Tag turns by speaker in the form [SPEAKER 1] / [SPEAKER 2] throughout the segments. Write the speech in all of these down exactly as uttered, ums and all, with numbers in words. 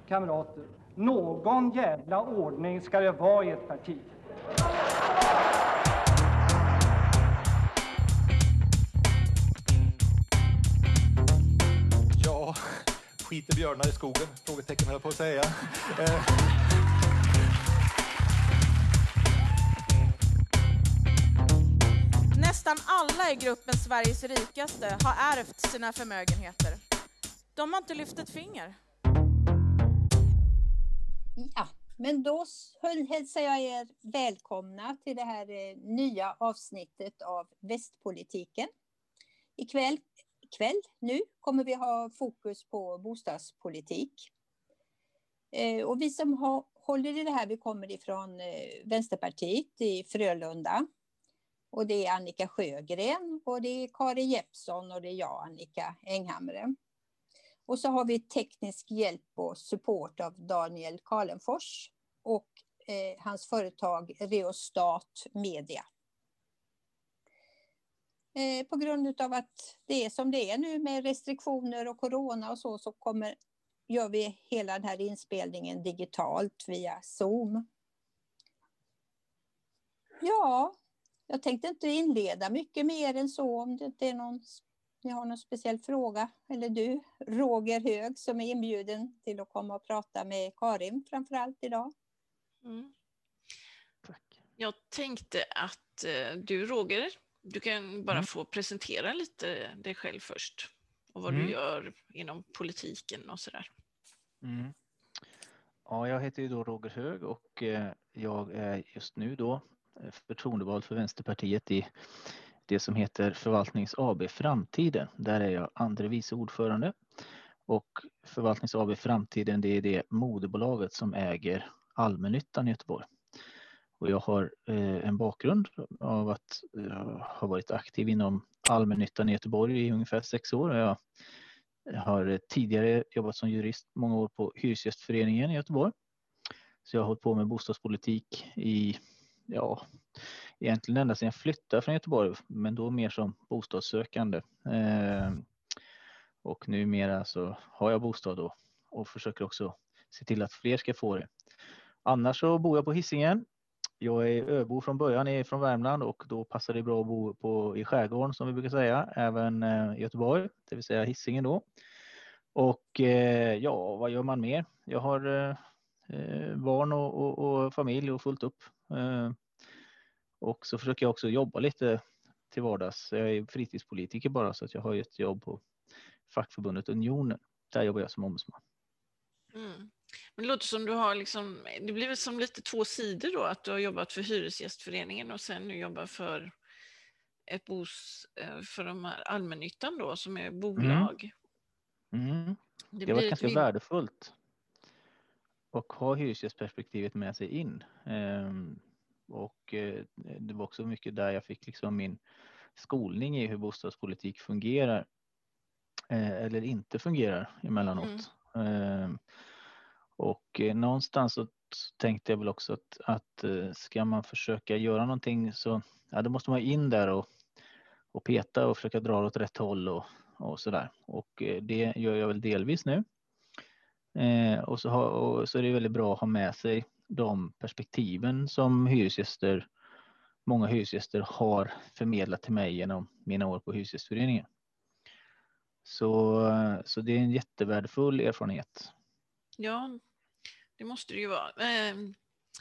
[SPEAKER 1] Kamrater, någon jävla ordning ska det vara i ett parti.
[SPEAKER 2] Ja, skiter björnar i skogen? Frågetecken höll jag på att säga. Eh.
[SPEAKER 3] Nästan alla i gruppen Sveriges rikaste har ärvt sina förmögenheter. De har inte lyft ett finger.
[SPEAKER 4] Ja, men då hälsar jag er välkomna till det här eh, nya avsnittet av Västpolitiken. Ikväll, ikväll nu kommer vi ha fokus på bostadspolitik. Eh, och vi som har, håller i det här, vi kommer ifrån eh, Vänsterpartiet i Frölunda. Och det är Annika Sjögren och det är Karin Jeppsson och det är jag, Annika Enghamre. Och så har vi teknisk hjälp och support av Daniel Karlenfors och eh, hans företag Reostat Media. Eh, på grund av att det är som det är nu med restriktioner och corona och så, så kommer, gör vi hela den här inspelningen digitalt via Zoom. Ja, jag tänkte inte inleda mycket mer än så om det inte är någon... Ni har någon speciell fråga, eller du, Roger Hög, som är inbjuden till att komma och prata med Karin framförallt idag.
[SPEAKER 5] Mm. Tack. Jag tänkte att eh, du, Roger, du kan bara mm. få presentera lite dig själv först och vad mm. du gör inom politiken och sådär.
[SPEAKER 6] Mm. Ja, jag heter ju då Roger Hög och eh, jag är just nu då förtroendevald för Vänsterpartiet i det som heter Förvaltnings A B Framtiden. Där är jag andre vice ordförande. Och Förvaltnings A B Framtiden, det är det moderbolaget som äger allmännyttan i Göteborg. Och jag har eh, en bakgrund av att jag har varit aktiv inom allmännyttan i Göteborg i ungefär sex år. Jag har tidigare jobbat som jurist många år på Hyresgästföreningen i Göteborg. Så jag har hållit på med bostadspolitik i, ja, egentligen ända sedan jag flyttade från Göteborg, men då mer som bostadssökande. Eh, och numera så har jag bostad då och försöker också se till att fler ska få det. Annars så bor jag på Hisingen. Jag är öbo från början, jag är från Värmland och då passar det bra att bo på, i skärgården som vi brukar säga, även eh, i Göteborg, det vill säga Hisingen då. Och eh, ja, vad gör man mer? Jag har eh, barn och, och, och familj och fullt upp. Eh, Och så försöker jag också jobba lite till vardags. Jag är fritidspolitiker bara så att jag har ett jobb på fackförbundet Unionen. Där jobbar jag som ombudsman.
[SPEAKER 5] Mm. Men det låter som du har liksom, det blir väl som lite två sidor då, att du har jobbat för Hyresgästföreningen och sen nu jobbar för ett bos, för de här allmännyttan då som är bolag.
[SPEAKER 6] Mm. Mm. Det, det var ganska ett... värdefullt att ha hyresgästperspektivet med sig in. Um, Och eh, det var också mycket där jag fick liksom min skolning i hur bostadspolitik fungerar eh, eller inte fungerar emellanåt. Mm. Eh, och eh, någonstans så tänkte jag väl också att, att eh, ska man försöka göra någonting så ja, då måste man in där och, och peta och försöka dra åt rätt håll och, och sådär. Och eh, det gör jag väl delvis nu. Eh, och, så ha, och så är det väldigt bra att ha med sig de perspektiven som hyresgäster, många hyresgäster har förmedlat till mig genom mina år på Hyresgästföreningen. Så, så det är en jättevärdefull erfarenhet.
[SPEAKER 5] Ja, det måste det ju vara. Ehm,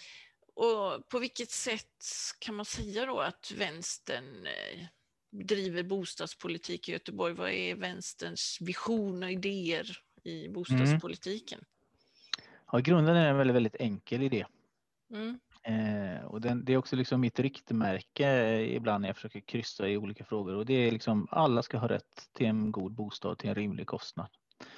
[SPEAKER 5] och på vilket sätt kan man säga då att vänstern eh, driver bostadspolitik i Göteborg? Vad är vänsterns vision och idéer i bostadspolitiken? Mm.
[SPEAKER 6] Ja, grunden är en väldigt, väldigt enkel idé.
[SPEAKER 5] Mm.
[SPEAKER 6] Eh, och den, det är också liksom mitt riktmärke eh, ibland när jag försöker kryssa i olika frågor. Och det är liksom alla ska ha rätt till en god bostad till en rimlig kostnad.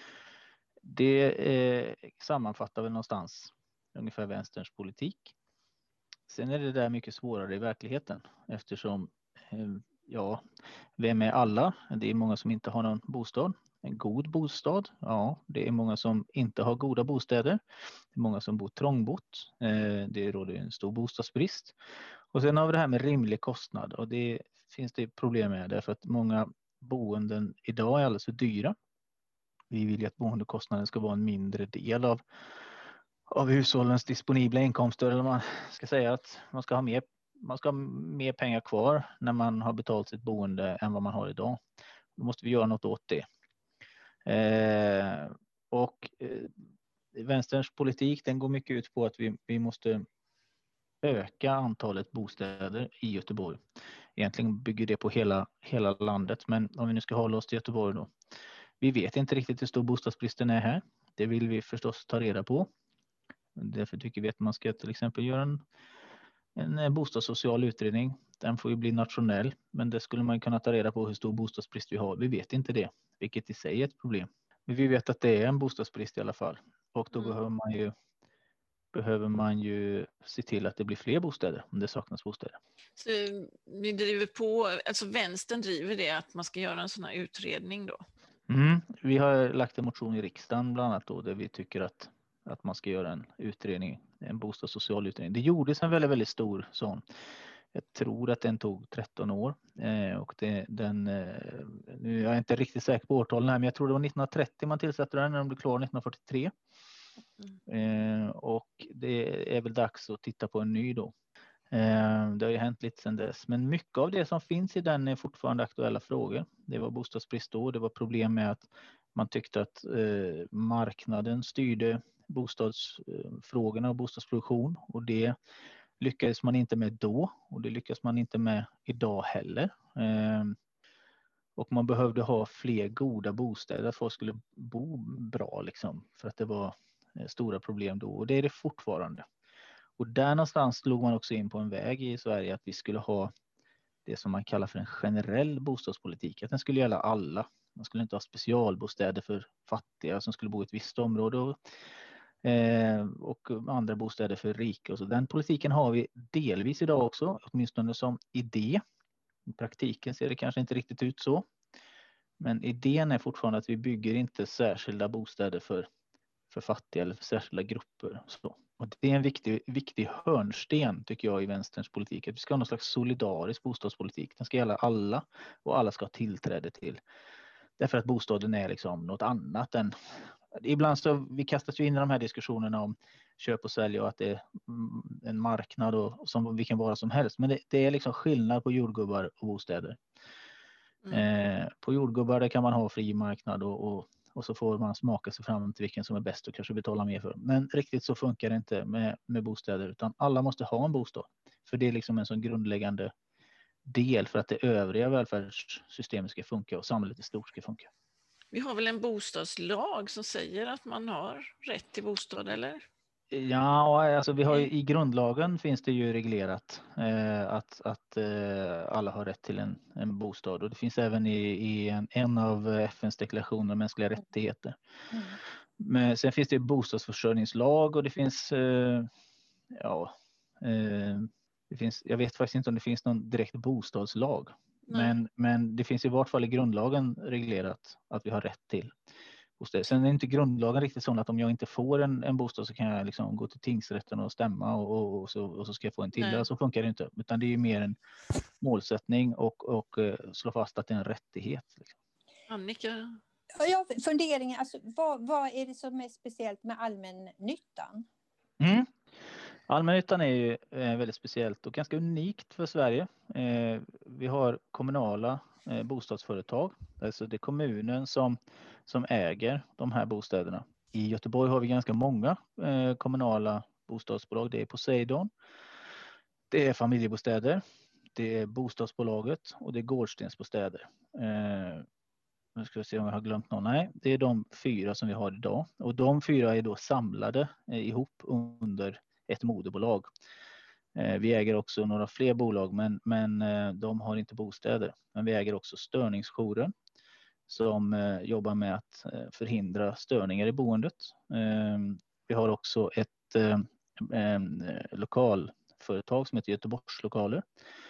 [SPEAKER 6] Det eh, sammanfattar väl någonstans ungefär vänsterns politik. Sen är det där mycket svårare i verkligheten eftersom eh, ja, vem är alla? Det är många som inte har någon bostad. En god bostad, ja, det är många som inte har goda bostäder. Det är många som bor trångbott. Eh, det råder en stor bostadsbrist. Och sen har vi det här med rimlig kostnad. Och det finns det problem med därför att många boenden idag är alldeles för dyra. Vi vill ju att boendekostnaden ska vara en mindre del av av hushållens disponibla inkomster, eller man ska säga att man ska ha mer, man ska ha mer pengar kvar när man har betalt sitt boende än vad man har idag. Då måste vi göra något åt det. Eh, och eh, vänsterns politik, den går mycket ut på att vi, vi måste öka antalet bostäder i Göteborg. Egentligen bygger det på hela, hela landet, men om vi nu ska hålla oss till Göteborg då. Vi vet inte riktigt hur stor bostadsbristen är här. Det vill vi förstås ta reda på. Därför tycker vi att man ska till exempel göra en, en bostadssocial utredning. Den får ju bli nationell, men det skulle man kunna ta reda på hur stor bostadsbrist vi har. Vi vet inte det, vilket i sig är ett problem. Men vi vet att det är en bostadsbrist i alla fall. Och då mm. behöver man ju behöver man ju se till att det blir fler bostäder om det saknas bostäder.
[SPEAKER 5] Så vi driver på, alltså vänstern driver det att man ska göra en sån här utredning då?
[SPEAKER 6] Mm. Vi har lagt en motion i riksdagen bland annat då, där vi tycker att, att man ska göra en utredning, en bostadssocial utredning. Det gjordes en väldigt, väldigt stor sån. Jag tror att den tog tretton år eh, och det, den, eh, nu är jag inte riktigt säker på årtalen här, men jag tror det var nittonhundratrettio man tillsatte den, när den blev klar nittonhundrafyrtiotre. Mm. Eh, och det är väl dags att titta på en ny då. Eh, det har ju hänt lite sedan dess, men mycket av det som finns i den är fortfarande aktuella frågor. Det var bostadsbrist då, det var problem med att man tyckte att eh, marknaden styrde bostadsfrågorna och bostadsproduktion, och det lyckades man inte med då, och det lyckas man inte med idag heller. Eh, och man behövde ha fler goda bostäder, att folk skulle bo bra liksom, för att det var stora problem då, och det är det fortfarande. Och där någonstans slog man också in på en väg i Sverige att vi skulle ha det som man kallar för en generell bostadspolitik, att den skulle gälla alla. Man skulle inte ha specialbostäder för fattiga som skulle bo i ett visst område och, eh, och andra bostäder för rika. Och så. Den politiken har vi delvis idag också, åtminstone som idé. I praktiken ser det kanske inte riktigt ut så. Men idén är fortfarande att vi bygger inte särskilda bostäder för, för fattiga eller för särskilda grupper. Så. Och det är en viktig, viktig hörnsten tycker jag i vänsterns politik. Att vi ska ha någon slags solidarisk bostadspolitik. Den ska gälla alla och alla ska ha tillträde till. Därför att bostaden är liksom något annat än... Ibland så vi kastas ju in i de här diskussionerna om köp och sälj och att det är en marknad och som vilken vara som helst. Men det, det är liksom skillnad på jordgubbar och bostäder. Mm. Eh, på jordgubbar där kan man ha fri marknad och, och, och så får man smaka sig fram till vilken som är bäst och kanske betala mer för. Men riktigt så funkar det inte med, med bostäder, utan alla måste ha en bostad. För det är liksom en sån grundläggande del för att det övriga välfärdssystemet ska funka och samhället i stort ska funka.
[SPEAKER 5] Vi har väl en bostadslag som säger att man har rätt till bostad, eller?
[SPEAKER 6] Ja, alltså vi har ju, i grundlagen finns det ju reglerat eh, att, att eh, alla har rätt till en, en bostad, och det finns även i, i en, en av F N:s deklarationer om mänskliga rättigheter. Mm. Men sen finns det bostadsförsörjningslag och det finns eh, ja eh, det finns, jag vet faktiskt inte om det finns någon direkt bostadslag. Men, men det finns i vart fall i grundlagen reglerat att vi har rätt till bostäder. Sen är inte grundlagen riktigt sån att om jag inte får en, en bostad så kan jag liksom gå till tingsrätten och stämma och, och, och, så, och så ska jag få en till. Så funkar det inte. Utan det är ju mer en målsättning och, och uh, slå fast att det är en rättighet. Liksom.
[SPEAKER 5] Annika?
[SPEAKER 4] Ja, funderingen, alltså, vad, vad är det som är speciellt med allmännyttan?
[SPEAKER 6] Mm. Allmännyttan är ju eh, väldigt speciellt och ganska unikt för Sverige. Eh, vi har kommunala eh, bostadsföretag. Alltså det är kommunen som, som äger de här bostäderna. I Göteborg har vi ganska många eh, kommunala bostadsbolag. Det är Poseidon, det är Familjebostäder, det är Bostadsbolaget och det är Gårdstensbostäder. Eh, nu ska vi se om jag har glömt någon. Nej, det är de fyra som vi har idag. Och de fyra är då samlade eh, ihop under ett moderbolag. Eh, vi äger också några fler bolag, men, men eh, de har inte bostäder. Men vi äger också störningsjouren som eh, jobbar med att eh, förhindra störningar i boendet. Eh, vi har också ett eh, eh, lokalföretag som heter Göteborgs lokaler.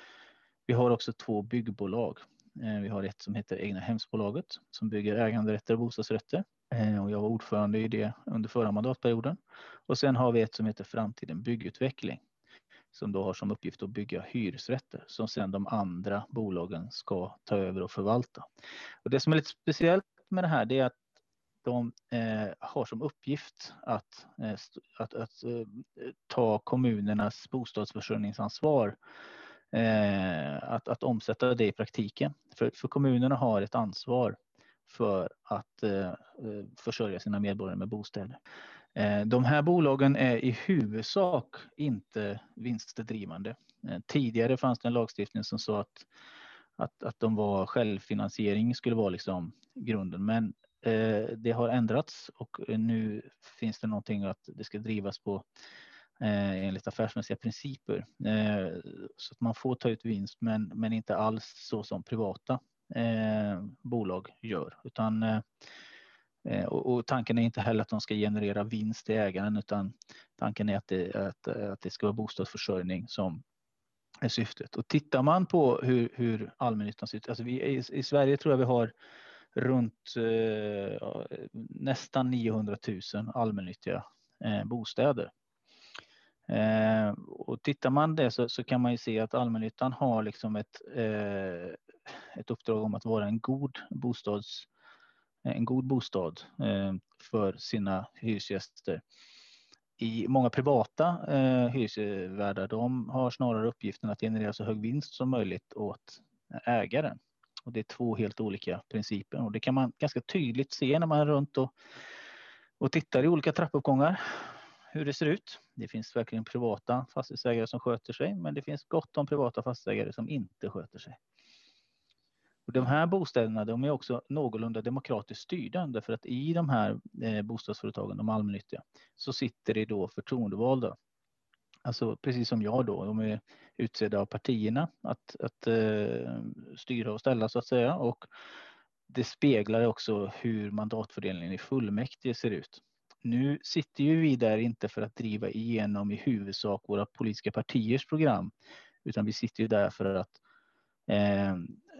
[SPEAKER 6] Vi har också två byggbolag. Eh, vi har ett som heter Egna Hemsbolaget som bygger äganderätter och bostadsrätter. Och jag var ordförande i det under förra mandatperioden. Och sen har vi ett som heter Framtiden Byggutveckling. Som då har som uppgift att bygga hyresrätter. Som sen de andra bolagen ska ta över och förvalta. Och det som är lite speciellt med det här, det är att de eh, har som uppgift att, eh, att, att eh, ta kommunernas bostadsförsörjningsansvar, eh, att, att omsätta det i praktiken. För, för kommunerna har ett ansvar för att eh, försörja sina medborgare med bostäder. Eh, de här bolagen är i huvudsak inte vinstdrivande. Eh, tidigare fanns det en lagstiftning som sa att, att, att de var självfinansiering skulle vara liksom grunden, men eh, det har ändrats och nu finns det någonting att det ska drivas på eh, enligt affärsmässiga principer. Eh, så att man får ta ut vinst, men, men inte alls så som privata eh, bolag gör, utan eh, och, och tanken är inte heller att de ska generera vinst till ägaren, utan tanken är att det, att, att det ska vara bostadsförsörjning som är syftet. Och tittar man på hur, hur allmännyttan ser ut, alltså vi, i, i Sverige tror jag vi har runt eh, nästan niohundratusen allmännyttiga eh, bostäder. Eh, och tittar man det så, så kan man ju se att allmännyttan har liksom ett, eh, ett uppdrag om att vara en god bostads en god bostad eh, för sina hyresgäster. I många privata eh, hyresvärdar, de har snarare uppgiften att generera så hög vinst som möjligt åt ägaren. Och det är två helt olika principer, och det kan man ganska tydligt se när man är runt och, och tittar i olika trappuppgångar hur det ser ut. Det finns verkligen privata fastighetsägare som sköter sig, men det finns gott om privata fastighetsägare som inte sköter sig. Och de här bostäderna, de är också någorlunda demokratiskt styrda, därför att i de här eh, bostadsföretagen, de allmännyttiga, så sitter det då förtroendevalda. Alltså precis som jag då, de är utsedda av partierna att, att eh, styra och ställa så att säga, och det speglar också hur mandatfördelningen i fullmäktige ser ut. Nu sitter ju vi där inte för att driva igenom i huvudsak våra politiska partiers program, utan vi sitter ju där för att Eh,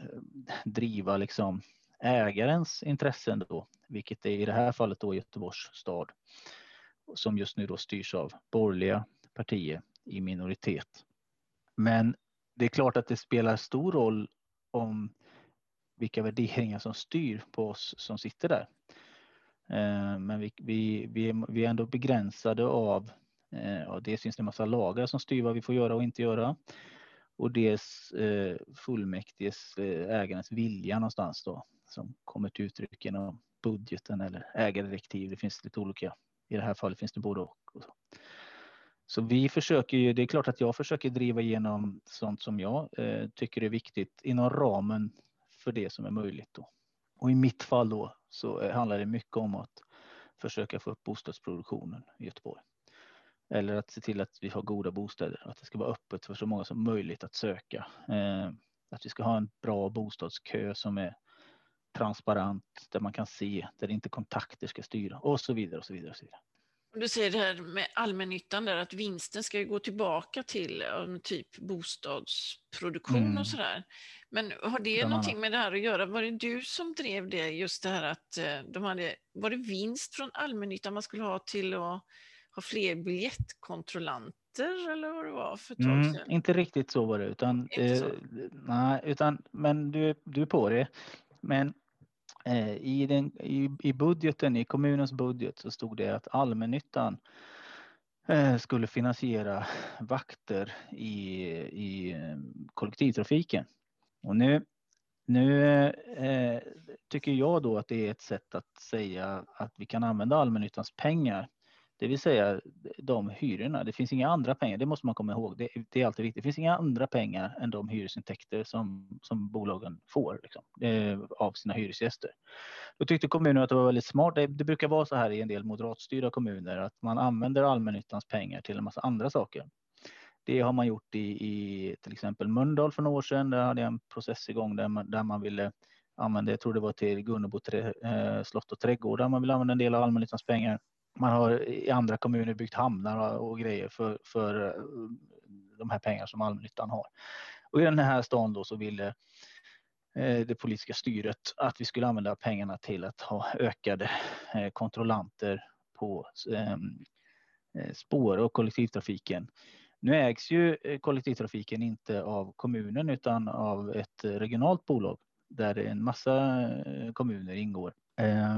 [SPEAKER 6] driva liksom ägarens intressen då, vilket är i det här fallet då Göteborgs stad, som just nu då styrs av borgerliga partier i minoritet. Men det är klart att det spelar stor roll om vilka värderingar som styr på oss som sitter där. Eh, men vi, vi, vi, är, vi är ändå begränsade av, eh, och det finns en massa lagar som styr vad vi får göra och inte göra. Och dels eh, fullmäktiges eh, ägarens vilja någonstans då, som kommer till uttryck genom budgeten eller ägardirektiv. Det finns lite olika. I det här fallet finns det både och. och så. så vi försöker ju, det är klart att jag försöker driva igenom sånt som jag eh, tycker är viktigt inom ramen för det som är möjligt då. Och i mitt fall då så handlar det mycket om att försöka få upp bostadsproduktionen i Göteborg. Eller att se till att vi har goda bostäder, att det ska vara öppet för så många som möjligt att söka. Eh, att vi ska ha en bra bostadskö som är transparent, där man kan se, där inte kontakter ska styra och så vidare och så vidare. Och så vidare.
[SPEAKER 5] Du säger det här med allmännyttan där, att vinsten ska ju gå tillbaka till um, typ bostadsproduktion mm. och sådär. Men har det Bland någonting annat. med det här att göra? Var det du som drev det, just det här att uh, de hade, var det vinst från allmännyttan man skulle ha till att ha fler biljettkontrollanter eller vad det var för ett tag sedan?
[SPEAKER 6] Mm, inte riktigt så var det, utan, eh, nej, utan men du, du är på det. Men eh, i, den, i, i budgeten, i kommunens budget så stod det att allmännyttan eh, skulle finansiera vakter i, i kollektivtrafiken. Och nu, nu eh, tycker jag då att det är ett sätt att säga att vi kan använda allmännyttans pengar. Det vill säga de hyrorna. Det finns inga andra pengar, det måste man komma ihåg. Det, det är alltid viktigt. Det finns inga andra pengar än de hyresintäkter som, som bolagen får liksom, eh, av sina hyresgäster. Då tyckte kommunen att det var väldigt smart. Det, det brukar vara så här i en del moderatstyrda kommuner att man använder allmännyttans pengar till en massa andra saker. Det har man gjort i, i till exempel Mölndal för några år sedan. Där hade jag en process igång där man, där man ville använda, jag tror det var till Gunnebo eh, slott och trädgård, där man vill använda en del av allmännyttans pengar. Man har i andra kommuner byggt hamnar och grejer för, för de här pengarna som allmännyttan har. Och i den här stan då så ville det politiska styret att vi skulle använda pengarna till att ha ökade kontrollanter på spår och kollektivtrafiken. Nu ägs ju kollektivtrafiken inte av kommunen utan av ett regionalt bolag där en massa kommuner ingår.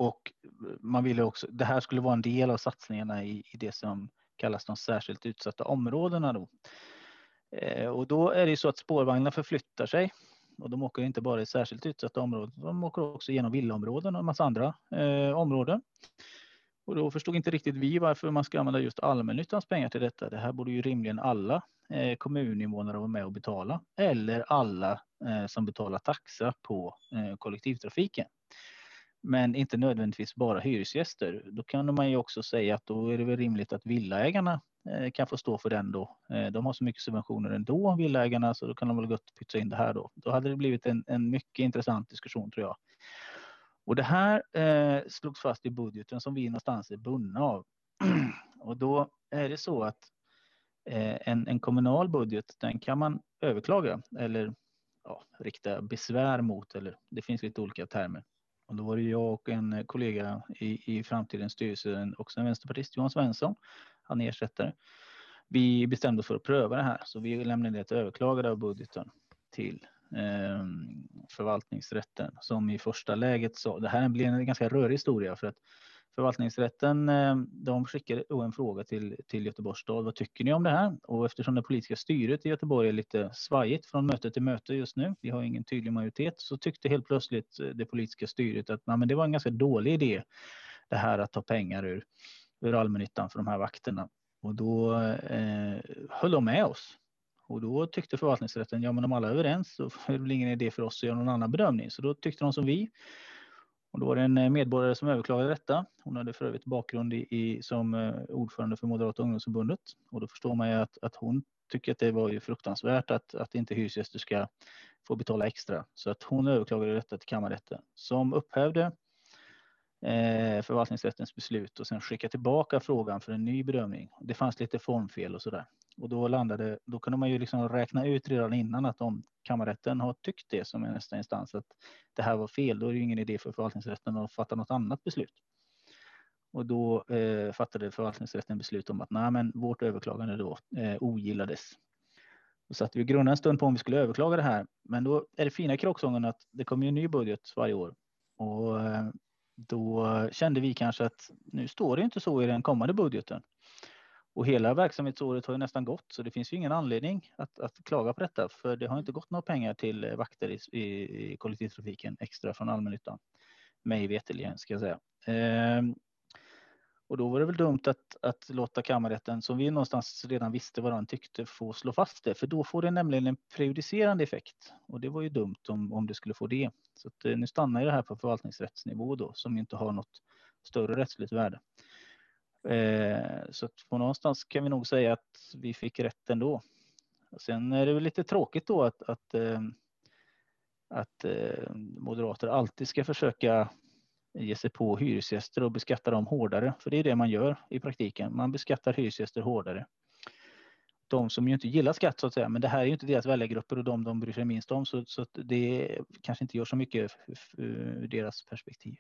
[SPEAKER 6] och man ville också, det här skulle vara en del av satsningarna i, i det som kallas de särskilt utsatta områdena då. Eh, och då är det ju så att spårvagnar förflyttar sig. Och de åker inte bara i särskilt utsatta områden, de åker också genom villaområden och en massa andra eh, områden. Och då förstod inte riktigt vi varför man ska använda just allmännyttans pengar till detta. Det här borde ju rimligen alla eh, kommuninvånare vara med och betala. Eller alla eh, som betalar taxa på eh, kollektivtrafiken. Men inte nödvändigtvis bara hyresgäster. Då kan man ju också säga att då är det väl rimligt att villaägarna eh, kan få stå för den då. Eh, de har så mycket subventioner ändå, villaägarna, så då kan de väl gott pytsa in det här då. Då hade det blivit en, en mycket intressant diskussion tror jag. Och det här eh, slogs fast i budgeten som vi någonstans är bundna av. Och då är det så att eh, en, en kommunal budget, den kan man överklaga eller ja, rikta besvär mot, eller det finns lite olika termer. Och då var det jag och en kollega i, i framtidens styrelse, också en vänsterpartist, Johan Svensson, han ersätter. Vi bestämde oss för att pröva det här, så vi lämnade ett överklagande av budgeten till eh, förvaltningsrätten, som i första läget sa, det här blir en ganska rörig historia, för att förvaltningsrätten, eh, de skickade en fråga till, till Göteborgs stad, vad tycker ni om det här? Och eftersom det politiska styret i Göteborg är lite svajigt från möte till möte just nu, vi har ingen tydlig majoritet, så tyckte helt plötsligt det politiska styret att nej, men det var en ganska dålig idé, det här att ta pengar ur, ur allmännyttan för de här vakterna. Och då eh, höll de med oss. Och då tyckte förvaltningsrätten, ja men om alla är överens så är det väl ingen idé för oss att göra någon annan bedömning. Så då tyckte de som vi. Och då var det en medborgare som överklagade detta. Hon hade för övrigt bakgrund i, i, som ordförande för Moderata ungdomsförbundet. Och då förstår man ju att, att hon tycker att det var ju fruktansvärt att, att inte hyresgäster ska få betala extra. Så att hon överklagade detta till kammarrätten, som upphävde eh, förvaltningsrättens beslut och sen skickade tillbaka frågan för en ny bedömning. Det fanns lite formfel och sådär. Och då landade, då kunde man ju liksom räkna ut redan innan att om kammarrätten har tyckt det som är nästa instans att det här var fel, då är det ju ingen idé för förvaltningsrätten att fatta något annat beslut. Och då eh, fattade förvaltningsrätten beslut om att nej, men vårt överklagande då eh, ogillades. Och så att vi grunnade en stund på om vi skulle överklaga det här. Men då är det fina i kråksången att det kommer ju en ny budget varje år. Och eh, då kände vi kanske att nu står det inte så i den kommande budgeten. Och hela verksamhetsåret har ju nästan gått, så det finns ju ingen anledning att, att klaga på detta, för det har inte gått några pengar till vakter i, i, i kollektivtrafiken extra från allmännyttan, mig veterligen ska jag säga. Ehm, och då var det väl dumt att, att låta kammarrätten, som vi någonstans redan visste vad han tyckte, få slå fast det, för då får det nämligen en prejudicerande effekt, och det var ju dumt om, om det skulle få det. Så att, nu stannar det här på förvaltningsrättsnivå då, som inte har något större rättsligt värde. Eh, så att på någonstans kan vi nog säga att vi fick rätt ändå. Och sen är det väl lite tråkigt då att, att, eh, att eh, moderater alltid ska försöka ge sig på hyresgäster och beskatta dem hårdare. För det är det man gör i praktiken. Man beskattar hyresgäster hårdare. De som ju inte gillar skatt så att säga, men det här är ju inte deras väljargrupper och de de bryr sig minst om. Så, så att det kanske inte gör så mycket ur deras perspektiv.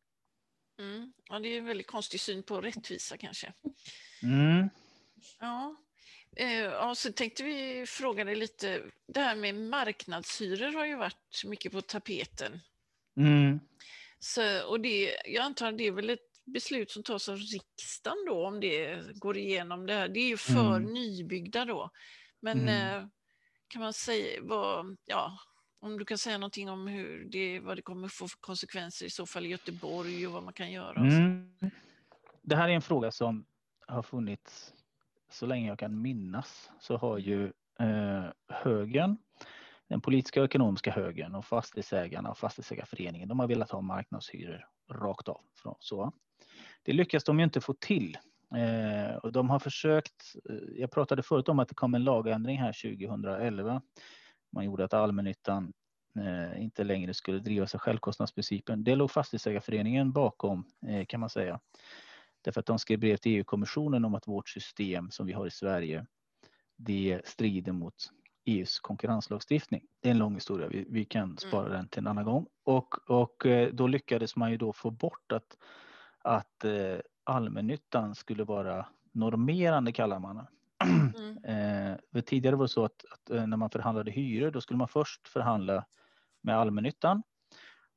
[SPEAKER 5] Mm. Ja, det är en väldigt konstig syn på rättvisa kanske.
[SPEAKER 6] Mm.
[SPEAKER 5] Ja. Ja, så tänkte vi fråga dig lite, det här med marknadshyror har ju varit mycket på tapeten.
[SPEAKER 6] Mm.
[SPEAKER 5] Så, och det, jag antar att det är väl ett beslut som tas av riksdagen då, om det går igenom det här. Det är ju för
[SPEAKER 6] Mm.
[SPEAKER 5] nybyggda då. Men
[SPEAKER 6] Mm.
[SPEAKER 5] kan man säga, vad, ja, om du kan säga någonting om hur det, vad det kommer få för konsekvenser i så fall i Göteborg och vad man kan göra.
[SPEAKER 6] Mm. Det här är en fråga som har funnits så länge jag kan minnas. Så har ju eh, högern, den politiska och ekonomiska högern och fastighetsägarna och fastighetsägarföreningen, de har velat ha marknadshyror rakt av. Så. Det lyckas de ju inte få till. Eh, och de har försökt, jag pratade förut om att det kom en lagändring här tjugohundraelva. Man gjorde att allmännyttan eh, inte längre skulle driva sig självkostnadsprincipen. Det låg fastighetsägarföreningen bakom eh, kan man säga. Därför att de skrev brev till E U-kommissionen om att vårt system som vi har i Sverige, det strider mot E U:s konkurrenslagstiftning. Det är en lång historia, vi, vi kan spara mm. den till en annan gång. Och, och då lyckades man ju då få bort att, att eh, allmännyttan skulle vara normerande, kallar man det. Mm. Eh, tidigare var det så att, att när man förhandlade hyror, då skulle man först förhandla med allmännyttan.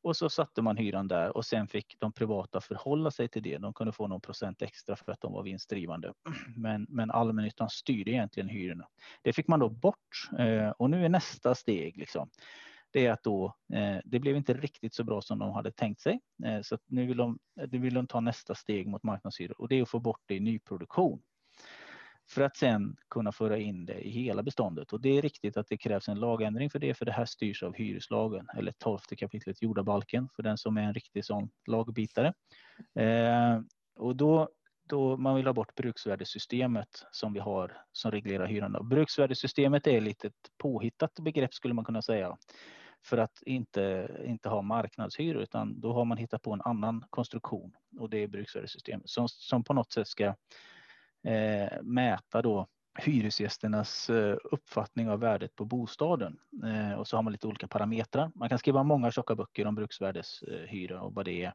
[SPEAKER 6] Och så satte man hyran där och sen fick de privata förhålla sig till det. De kunde få någon procent extra för att de var vinstdrivande. Men, men allmännyttan styrde egentligen hyrorna. Det fick man då bort eh, och nu är nästa steg liksom. Det är att då, eh, det blev inte riktigt så bra som de hade tänkt sig. Eh, så att nu vill de, de vill de ta nästa steg mot marknadshyror och det är att få bort det i nyproduktion. För att sen kunna föra in det i hela beståndet. Och det är riktigt att det krävs en lagändring för det, för det här styrs av hyreslagen eller tolfte kapitlet jordabalken för den som är en riktig sån lagbitare. Eh, och då, då man vill ha bort bruksvärdesystemet som vi har som reglerar hyran. Bruksvärdesystemet är lite ett påhittat begrepp skulle man kunna säga. För att inte, inte ha marknadshyror utan då har man hittat på en annan konstruktion och det är bruksvärdesystemet som, som på något sätt ska Eh, mäta då hyresgästernas eh, uppfattning av värdet på bostaden. Eh, och så har man lite olika parametrar. Man kan skriva många tjocka böcker om bruksvärdeshyra eh, och vad det är.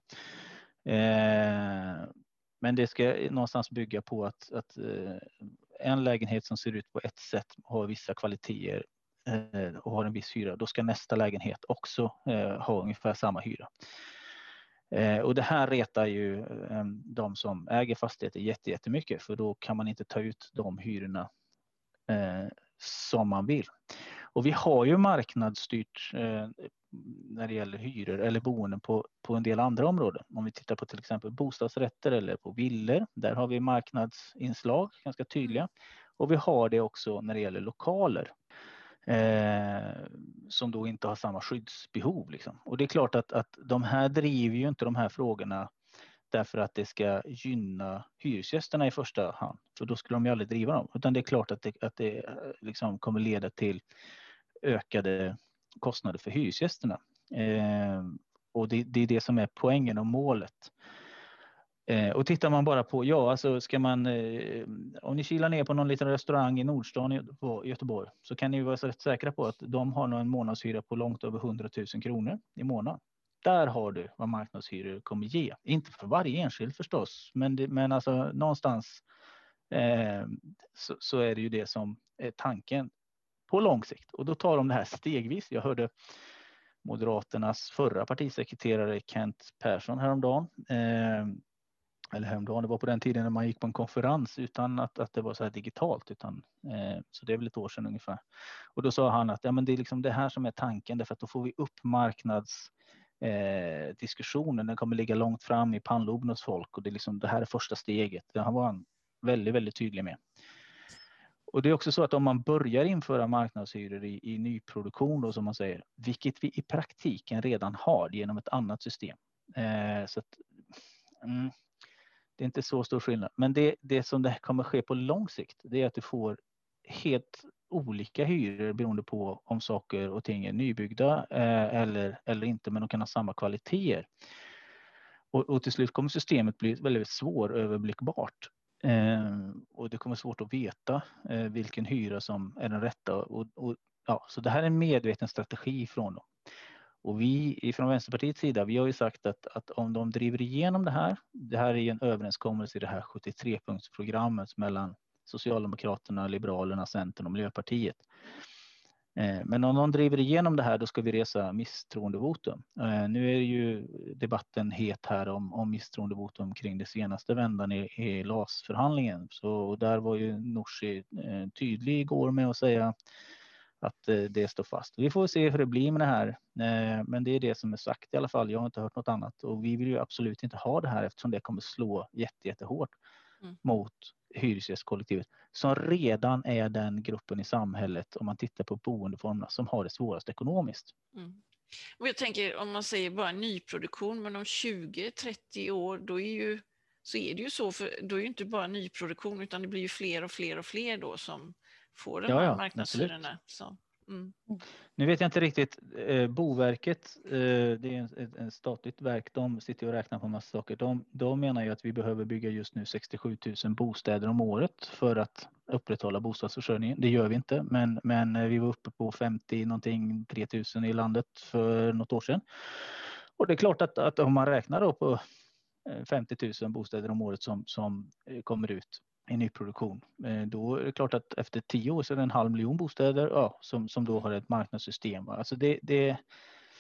[SPEAKER 6] Eh, men det ska någonstans bygga på att, att eh, en lägenhet som ser ut på ett sätt har vissa kvaliteter eh, och har en viss hyra. Då ska nästa lägenhet också eh, ha ungefär samma hyra. Eh, och det här retar ju eh, de som äger fastigheter jätte, jättemycket för då kan man inte ta ut de hyrorna eh, som man vill. Och vi har ju marknadsstyrt eh, när det gäller hyror eller boenden på, på en del andra områden. Om vi tittar på till exempel bostadsrätter eller på villor, där har vi marknadsinslag ganska tydliga. Och vi har det också när det gäller lokaler. Eh, som då inte har samma skyddsbehov. Liksom. Och det är klart att, att de här driver ju inte de här frågorna därför att det ska gynna hyresgästerna i första hand. För då skulle de ju aldrig driva dem. Utan det är klart att det, att det liksom kommer leda till ökade kostnader för hyresgästerna. Eh, och det, det är det som är poängen och målet. Eh, och tittar man bara på, ja alltså ska man, eh, om ni kilar ner på någon liten restaurang i Nordstan i Göteborg så kan ni vara rätt säkra på att de har någon månadshyra på långt över hundratusen kronor i månaden. Där har du vad marknadshyror kommer ge. Inte för varje enskild förstås, men, det, men alltså någonstans eh, så, så är det ju det som är tanken på lång sikt. Och då tar de det här stegvis. Jag hörde Moderaternas förra partisekreterare Kent Persson häromdagen. Eh, eller häromdagen, det var på den tiden när man gick på en konferens utan att, att det var så här digitalt. Utan, eh, så det är väl ett år sedan ungefär. Och då sa han att ja, men det är liksom det här som är tanken. Därför att då får vi upp marknadsdiskussionen. Eh, den kommer ligga långt fram i pannloben hos folk. Och det är liksom det här är första steget. Det var han väldigt, väldigt tydlig med. Och det är också så att om man börjar införa marknadshyror i, i nyproduktion då, som man säger, vilket vi i praktiken redan har genom ett annat system. Eh, så att, mm, det är inte så stor skillnad. Men det, det som det kommer ske på lång sikt, det är att du får helt olika hyror beroende på om saker och ting är nybyggda eh, eller, eller inte, men de kan ha samma kvaliteter. Och, och till slut kommer systemet bli väldigt svåröverblickbart. Eh, och det kommer svårt att veta eh, vilken hyra som är den rätta. Och, och, ja, så det här är en medveten strategi från dem. Och vi från Vänsterpartiets sida, vi har ju sagt att, att om de driver igenom det här, det här är en överenskommelse i det här sjuttiotre-punktsprogrammet mellan Socialdemokraterna, Liberalerna, Centern och Miljöpartiet. Eh, men om de driver igenom det här, då ska vi resa misstroendevotum. Eh, nu är ju debatten het här om, om misstroendevotum kring det senaste vändan i, i L A S-förhandlingen. Så där var ju Nooshi eh, tydlig igår med att säga att eh, det står fast. Vi får se hur det blir med det här. Eh, men det är det som är sagt i alla fall. Jag har inte hört något annat. Och vi vill ju absolut inte ha det här eftersom det kommer slå jätte, jättehårt mm. mot hyresgästkollektivet. Som redan är den gruppen i samhället, om man tittar på boendeformerna, som har det svårast ekonomiskt.
[SPEAKER 5] Mm. Och jag tänker, om man säger bara nyproduktion, men om tjugo till trettio år, då är ju, så är det ju så, för då är ju inte bara nyproduktion, utan det blir ju fler och fler och fler då som får den
[SPEAKER 6] ja,
[SPEAKER 5] här
[SPEAKER 6] ja,
[SPEAKER 5] marknadshyrorna. Så, mm.
[SPEAKER 6] Nu vet jag inte riktigt, eh, Boverket, eh, det är en, en statligt verk, de sitter och räknar på en massa saker. De, de menar ju att vi behöver bygga just nu sextiosju tusen bostäder om året för att upprätthålla bostadsförsörjningen. Det gör vi inte, men, men vi var uppe på femtio någonting, tre tusen i landet för något år sedan. Och det är klart att, att om man räknar då på femtio tusen bostäder om året som, som kommer ut i nyproduktion, då är det klart att efter tio år så är det en halv miljon bostäder ja, som, som då har ett marknadssystem. Alltså det, det,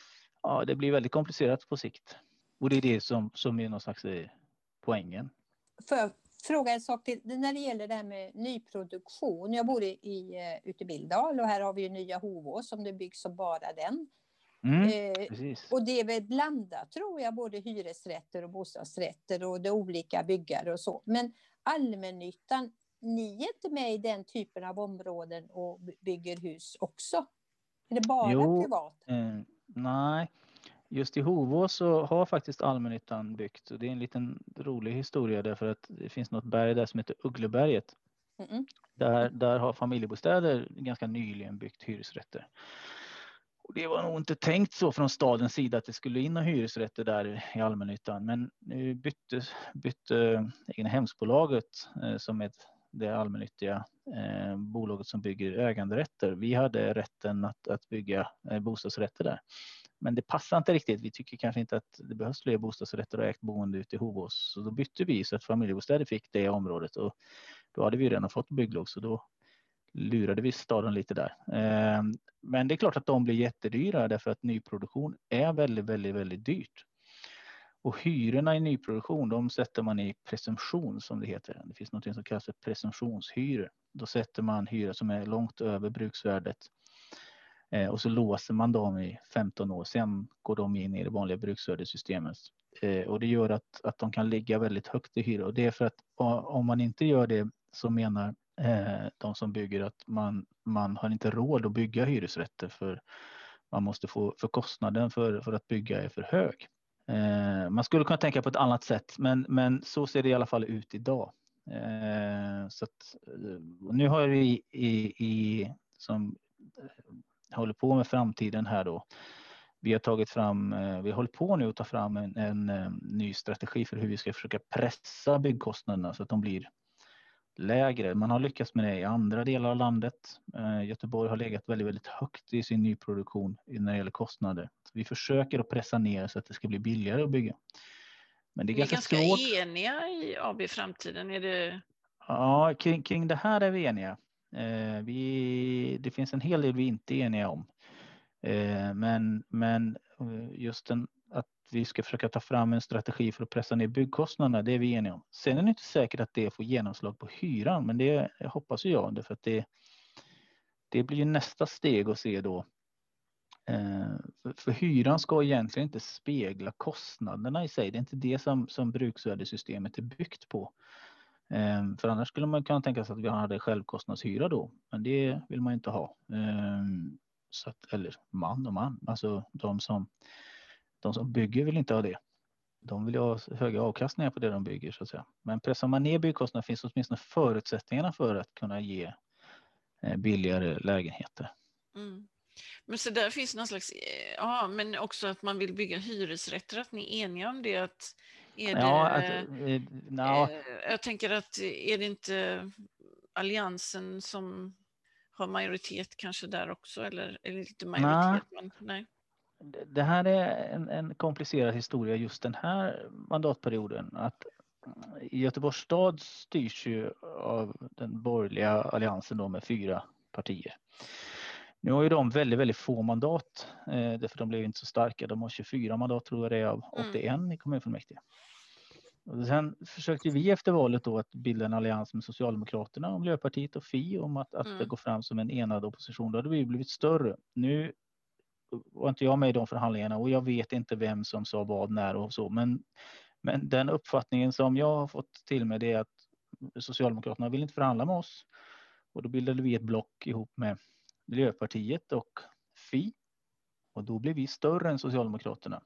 [SPEAKER 6] ja, det blir väldigt komplicerat på sikt. Och det är det som, som är någon slags poängen.
[SPEAKER 4] För fråga en sak till. När det gäller det här med nyproduktion. Jag bor i, i, ute i Bildal och här har vi ju nya Hovås som det byggs som bara den.
[SPEAKER 6] Mm,
[SPEAKER 4] eh,
[SPEAKER 6] precis.
[SPEAKER 4] och det är väl blandat tror jag, både hyresrätter och bostadsrätter och det olika byggare och så. Men allmännyttan, ni är inte med i den typen av områden och bygger hus också? Är det bara
[SPEAKER 6] Jo,
[SPEAKER 4] privat?
[SPEAKER 6] Eh, nej, just i Hovås så har faktiskt allmännyttan byggt. Och det är en liten rolig historia därför att det finns något berg där som heter Uggleberget.
[SPEAKER 4] Mm-mm.
[SPEAKER 6] Där, där har Familjebostäder ganska nyligen byggt hyresrätter. Och det var nog inte tänkt så från stadens sida att det skulle in hyresrätter där i allmännyttan. Men nu bytte, bytte Egnahemsbolaget eh, som är det allmännyttiga eh, bolaget som bygger äganderätter. Vi hade rätten att, att bygga eh, bostadsrätter där. Men det passar inte riktigt. Vi tycker kanske inte att det behövs fler bostadsrätter och ägt boende ute i Hovås. Så då bytte vi så att Familjebostäder fick det området. Och då hade vi redan fått bygglov så då lurade vi staden lite där. Eh, men det är klart att de blir jättedyra därför att nyproduktion är väldigt, väldigt, väldigt dyrt. Och hyrorna i nyproduktion, de sätter man i presumtion som det heter. Det finns något som kallas för presumtionshyror. Då sätter man hyror som är långt över bruksvärdet. Eh, och så låser man dem i femton år. Sen går de in i det vanliga bruksvärdessystemet. Eh, och det gör att, att de kan ligga väldigt högt i hyror. Och det är för att om man inte gör det så menar eh, de som bygger att man, man har inte råd att bygga hyresrätter. För man måste få, för kostnaden för, för att bygga är för hög. Eh, man skulle kunna tänka på ett annat sätt, men, men så ser det i alla fall ut idag. Eh, så att, nu har vi i, i, som håller på med framtiden här då. Vi har tagit fram, eh, vi håller på nu att ta fram en, en, en ny strategi för hur vi ska försöka pressa byggkostnaderna så att de blir lägre. Man har lyckats med det i andra delar av landet. Eh, Göteborg har legat väldigt, väldigt högt i sin nyproduktion när det gäller kostnader. Så vi försöker att pressa ner så att det ska bli billigare att bygga. Men det är
[SPEAKER 5] Ni
[SPEAKER 6] ganska,
[SPEAKER 5] ganska
[SPEAKER 6] svårt.
[SPEAKER 5] eniga i A B Framtiden. Är det...
[SPEAKER 6] Ja, kring, kring det här är vi eniga. Eh, vi, det finns en hel del vi inte är eniga om. Eh, men, men just den, att vi ska försöka ta fram en strategi för att pressa ner byggkostnaderna, det är vi eniga om. Sen är det inte säkert att det får genomslag på hyran, men det hoppas jag, därför att det, det blir nästa steg att se då. Eh, för, för hyran ska egentligen inte spegla kostnaderna i sig. Det är inte det som, som bruksvärdesystemet är byggt på. Eh, för annars skulle man kunna tänka sig att vi hade självkostnadshyra då, men det vill man inte ha. Eh, så att, eller man och man, alltså de som De som bygger vill inte ha det. De vill ha höga avkastningar på det de bygger så att säga. Men pressar man ner byggkostnaderna finns åtminstone förutsättningarna för att kunna ge billigare lägenheter.
[SPEAKER 5] Mm. Men så där finns någon slags, ja, men också att man vill bygga hyresrätter, att ni är eniga om det. Att är det
[SPEAKER 6] ja, att, eh, na.
[SPEAKER 5] eh, jag tänker att är det inte Alliansen som har majoritet kanske där också, eller är det inte majoritet? Men, nej.
[SPEAKER 6] Det här är en, en komplicerad historia just den här mandatperioden. Att i Göteborgs stad styrs ju av den borgerliga alliansen då med fyra partier. Nu har ju de väldigt, väldigt få mandat, eh, därför de blev inte så starka. De har tjugofyra mandat tror jag det är av åttioen mm. i kommunfullmäktige. Och sen försökte vi efter valet då att bilda en allians med Socialdemokraterna och Miljöpartiet och F I om att, att mm. gå fram som en enad opposition. Då hade vi blivit större. Nu var inte jag med i de förhandlingarna och jag vet inte vem som sa vad, när och så. Men, men den uppfattningen som jag har fått till mig det är att Socialdemokraterna vill inte förhandla med oss. Och då bildade vi ett block ihop med Miljöpartiet och F I. Och då blev vi större än Socialdemokraterna.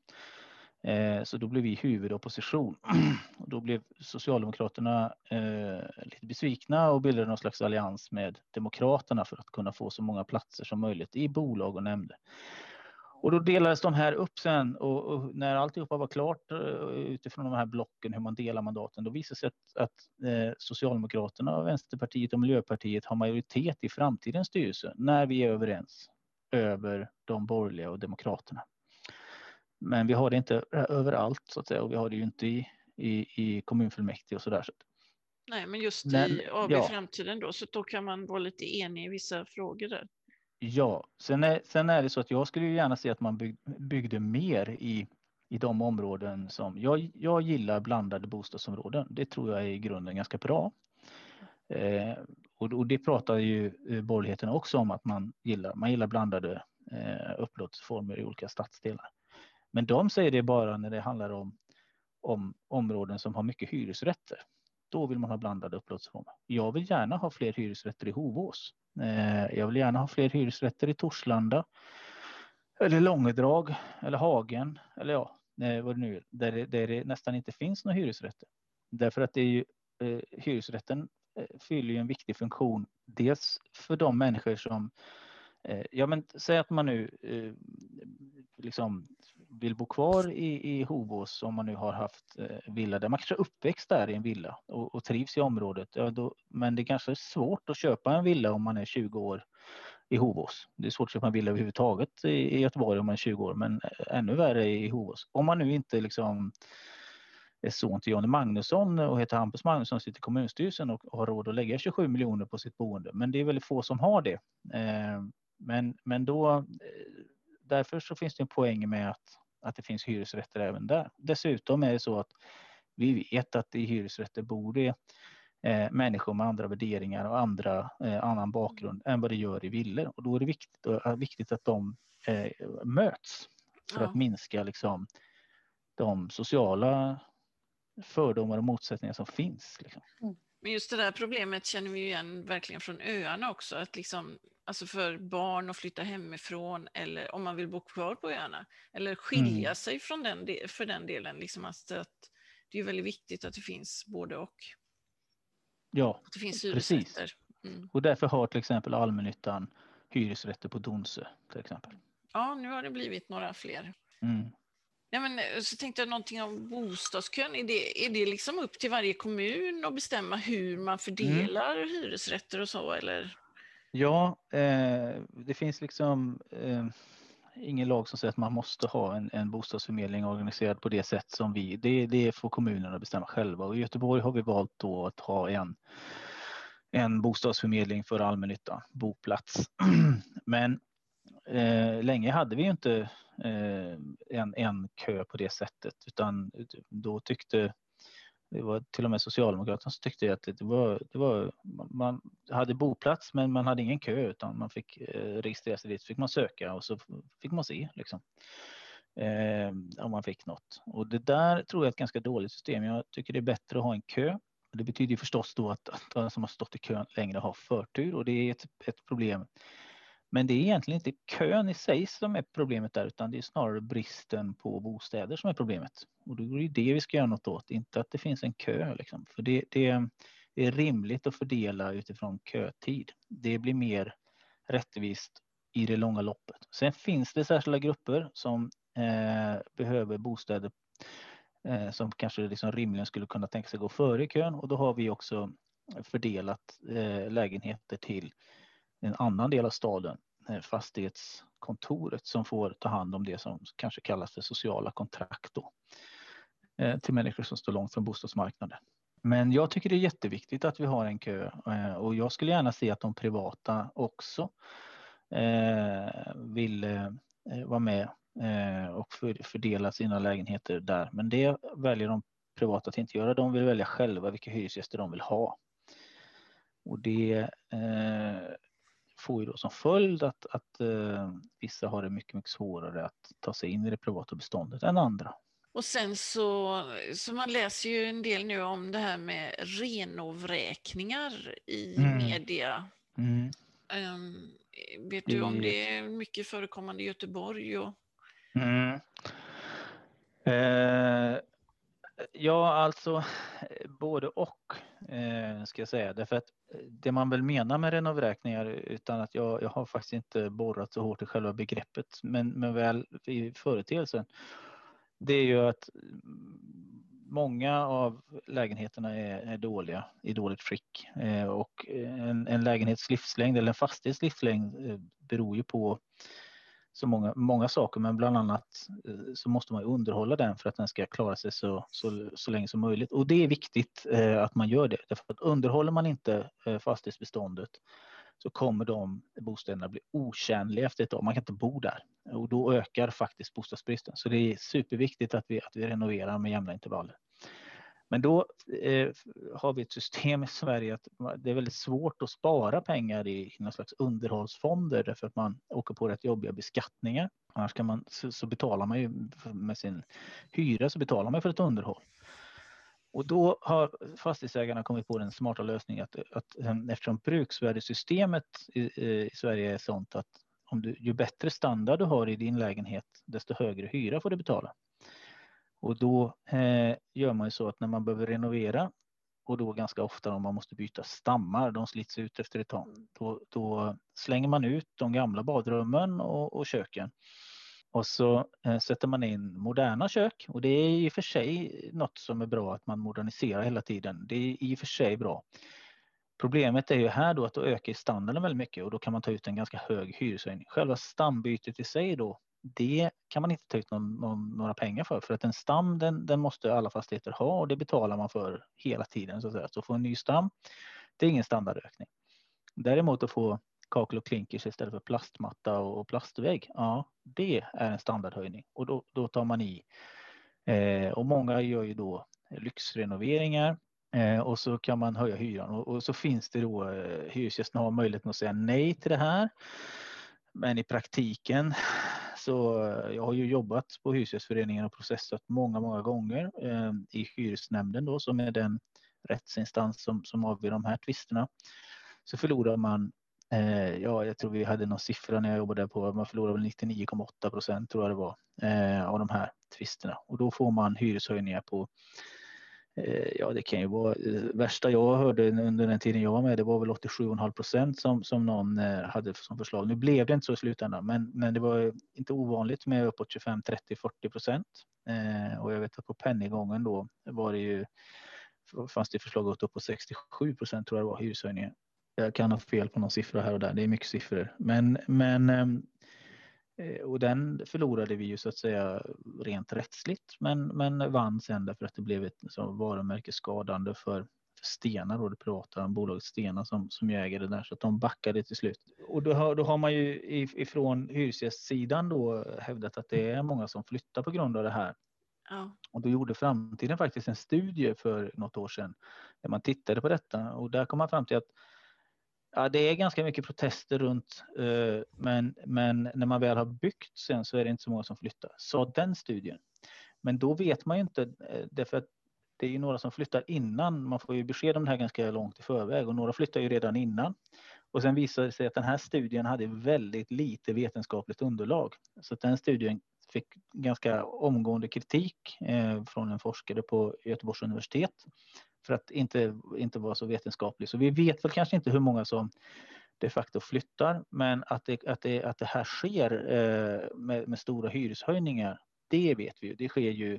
[SPEAKER 6] Eh, så då blev vi huvudopposition. Och då blev Socialdemokraterna eh, lite besvikna och bildade någon slags allians med Demokraterna för att kunna få så många platser som möjligt i bolag och nämnder. Och då delades de här upp sen och, och när alltihopa var klart uh, utifrån de här blocken hur man delar mandaten, då visade sig att, att eh, Socialdemokraterna, Vänsterpartiet och Miljöpartiet har majoritet i framtidens styrelse när vi är överens över de borgerliga och Demokraterna. Men vi har det inte överallt så att säga, och vi har det ju inte i, i, i kommunfullmäktige och sådär. Så.
[SPEAKER 5] Nej, men just
[SPEAKER 6] men,
[SPEAKER 5] i A B
[SPEAKER 6] ja.
[SPEAKER 5] Framtiden då, så då kan man vara lite enig i vissa frågor där.
[SPEAKER 6] Ja, sen är, sen är det så att jag skulle ju gärna se att man bygg, byggde mer i, i de områden som... Jag, jag gillar blandade bostadsområden. Det tror jag är i grunden ganska bra. Eh, och, och det pratar ju eh, borgerligheten också om att man gillar. Man gillar blandade eh, upplåtelseformer i olika stadsdelar. Men de säger det bara när det handlar om, om områden som har mycket hyresrätter. Då vill man ha blandade upplåtelseformer. Jag vill gärna ha fler hyresrätter i Hovås. Eh, jag vill gärna ha fler hyresrätter i Torslanda. Eller Långedrag. Eller Hagen. Eller ja, eh, vad det nu är. Där det, där det nästan inte finns några hyresrätter. Därför att det är ju, eh, hyresrätten eh, fyller ju en viktig funktion. Dels för de människor som... Eh, ja men säg att man nu... Eh, liksom vill bo kvar i, i Hovås om man nu har haft eh, villa där man kanske är uppväxt där i en villa och, och trivs i området. Ja, då, men det kanske är svårt att köpa en villa om man är tjugo år i Hovås. Det är svårt att köpa en villa överhuvudtaget i, i Göteborg om man är tjugo år, men ännu värre i Hovås. Om man nu inte liksom är son till Johnny Magnusson och heter Hampus Magnusson, sitter i kommunstyrelsen och har råd att lägga tjugosju miljoner på sitt boende. Men det är väldigt få som har det. Eh, men, men då... Eh, Därför så finns det en poäng med att, att det finns hyresrätter även där. Dessutom är det så att vi vet att i hyresrätter bor det eh, människor med andra värderingar och andra, eh, annan bakgrund än vad det gör i villor. Och då är det viktigt, äh, viktigt att de eh, möts för
[SPEAKER 5] Ja.
[SPEAKER 6] att minska liksom, de sociala fördomar och motsättningar som finns. Liksom.
[SPEAKER 4] Mm.
[SPEAKER 5] Men just det där problemet känner vi igen verkligen från öarna också. Att liksom, alltså för barn att flytta hemifrån eller om man vill bo kvar på öarna. Eller skilja
[SPEAKER 6] Mm.
[SPEAKER 5] sig från den, för den delen. Liksom att, att det är väldigt viktigt att det finns både och.
[SPEAKER 6] Ja,
[SPEAKER 5] Att det finns
[SPEAKER 6] precis.
[SPEAKER 5] hyresrätter. Mm.
[SPEAKER 6] Och därför har till exempel allmännyttan hyresrätter på Donsö till exempel.
[SPEAKER 5] Ja, nu har det blivit några fler.
[SPEAKER 6] Mm.
[SPEAKER 5] Ja, men så tänkte jag någonting om bostadskön. Är det, är det liksom upp till varje kommun att bestämma hur man fördelar mm. hyresrätter och så, eller? Ja,
[SPEAKER 6] eh, det finns liksom eh, ingen lag som säger att man måste ha en, en bostadsförmedling organiserad på det sätt som vi. Det, det får kommunerna bestämma själva. Och i Göteborg har vi valt då att ha en, en bostadsförmedling för allmännyttan, boplats. Men eh, länge hade vi ju inte eh, en, en kö på det sättet, utan då tyckte det var till och med Socialdemokraterna som tyckte att det var, det var man hade boplats men man hade ingen kö, utan man fick eh, registrera sig dit, så fick man söka och så fick man se liksom, eh, om man fick något. Och det där tror jag är ett ganska dåligt system. Jag tycker det är bättre att ha en kö. Det betyder ju förstås då att, att de som har stått i kön längre har förtur, och det är ett, ett problem. Men det är egentligen inte kön i sig som är problemet där, utan det är snarare bristen på bostäder som är problemet. Och då är det det vi ska göra något åt, inte att det finns en kö. Liksom. För det, det, det är rimligt att fördela utifrån kötid. Det blir mer rättvist i det långa loppet. Sen finns det särskilda grupper som eh, behöver bostäder eh, som kanske liksom rimligen skulle kunna tänka sig gå före kön. Och då har vi också fördelat eh, lägenheter till en annan del av staden, fastighetskontoret, som får ta hand om det som kanske kallas för sociala kontrakt då, till människor som står långt från bostadsmarknaden. Men jag tycker det är jätteviktigt att vi har en kö, och jag skulle gärna se att de privata också vill vara med och fördela sina lägenheter där. Men det väljer de privata att inte göra. De vill välja själva vilka hyresgäster de vill ha. Och det får ju då som följd att, att uh, vissa har det mycket, mycket svårare att ta sig in i det privata beståndet än andra.
[SPEAKER 5] Och sen så, så man läser ju en del nu om det här med renovräkningar i mm. media. Mm. Um, vet du om det är mycket förekommande i Göteborg? Och...
[SPEAKER 6] Mm. Uh, ja, alltså både och eh, ska jag säga. Därför att det man väl menar med renovräkningar, utan att jag, jag har faktiskt inte borrat så hårt i själva begreppet, men, men väl i företeelsen, det är ju att många av lägenheterna är, är dåliga, i dåligt skick. Eh, och en, en lägenhets livslängd eller en fastighets livslängd eh, beror ju på så många, många saker, men bland annat eh, så måste man underhålla den för att den ska klara sig så, så, så länge som möjligt. Och det är viktigt eh, att man gör det. Därför att underhåller man inte eh, fastighetsbeståndet, så kommer de bostäderna bli otjänliga efter ett tag. Man kan inte bo där. Och då ökar faktiskt bostadsbristen. Så det är superviktigt att vi, att vi renoverar med jämna intervaller. Men då eh, har vi ett system i Sverige att det är väldigt svårt att spara pengar i, i någon slags underhållsfonder därför att man åker på rätt jobbiga beskattningar. Annars kan man, så, så betalar man ju med sin hyra så betalar man för ett underhåll. Och då har fastighetsägarna kommit på den smarta lösningen att, att eftersom bruksvärdesystemet i, i Sverige är sånt att om du, ju bättre standard du har i din lägenhet desto högre hyra får du betala. Och då eh, gör man ju så att när man behöver renovera och då ganska ofta om man måste byta stammar, de slits ut efter ett tag, då, då slänger man ut de gamla badrummen och, och köken. Och så eh, sätter man in moderna kök och det är i och för sig något som är bra att man moderniserar hela tiden. Det är i och för sig bra. Problemet är ju här då att då ökar standarden väldigt mycket och då kan man ta ut en ganska hög hyreshöjning. Själva stambytet i sig då, det kan man inte ta ut någon, någon, några pengar för. För att en stam den, den måste alla fastigheter ha och det betalar man för hela tiden. Så att säga. Så få en ny stam, det är ingen standardökning. Däremot att få kakel och klinkers istället för plastmatta och plastvägg, ja det är en standardhöjning. Och då, då tar man i. Eh, och många gör ju då lyxrenoveringar. Eh, och så kan man höja hyran. Och, och så finns det då, eh, hyresgästerna har möjligheten att säga nej till det här. Men i praktiken så jag har ju jobbat på Hyresgästföreningen och processat många, många gånger eh, i hyresnämnden då som är den rättsinstans som, som avgör de här tvisterna. Så förlorar man, eh, ja jag tror vi hade någon siffra när jag jobbade på, man förlorar väl nittionio komma åtta procent tror jag det var eh, av de här tvisterna. Och då får man hyreshöjningar på ja, det kan ju vara värsta jag hörde under den tiden jag var med, det var väl åttiosju komma fem procent som, som någon hade som förslag. Nu blev det inte så i slutändan, men, men det var inte ovanligt med uppåt tjugofem, trettio, fyrtio procent. Eh, och jag vet att på penningången då var det ju, fanns det förslag gått upp på sextiosju procent tror jag det var hyreshöjningar. Jag kan ha fel på någon siffra här och där, det är mycket siffror. Men, men och den förlorade vi ju så att säga rent rättsligt men, men vann sen därför att det blev ett så varumärkesskadande för, för Stena och det privata bolaget Stena som, som äger det där så att de backade till slut. Och då har, då har man ju ifrån hyresgästsidan då hävdat att det är många som flyttar på grund av det här.
[SPEAKER 5] Ja. Och
[SPEAKER 6] då gjorde Framtiden faktiskt en studie för något år sedan där man tittade på detta och där kom man fram till att ja, det är ganska mycket protester runt, uh, men, men när man väl har byggt sen så är det inte så många som flyttar. Så den studien. Men då vet man ju inte, uh, därför att det är ju några som flyttar innan. Man får ju besked om det här ganska långt i förväg och några flyttar ju redan innan. Och sen visade det sig att den här studien hade väldigt lite vetenskapligt underlag. Så att den studien fick ganska omgående kritik uh, från en forskare på Göteborgs universitet. För att inte, inte vara så vetenskaplig. Så vi vet väl kanske inte hur många som de facto flyttar. Men att det, att det, att det här sker eh, med, med stora hyreshöjningar. Det vet vi ju. Det sker ju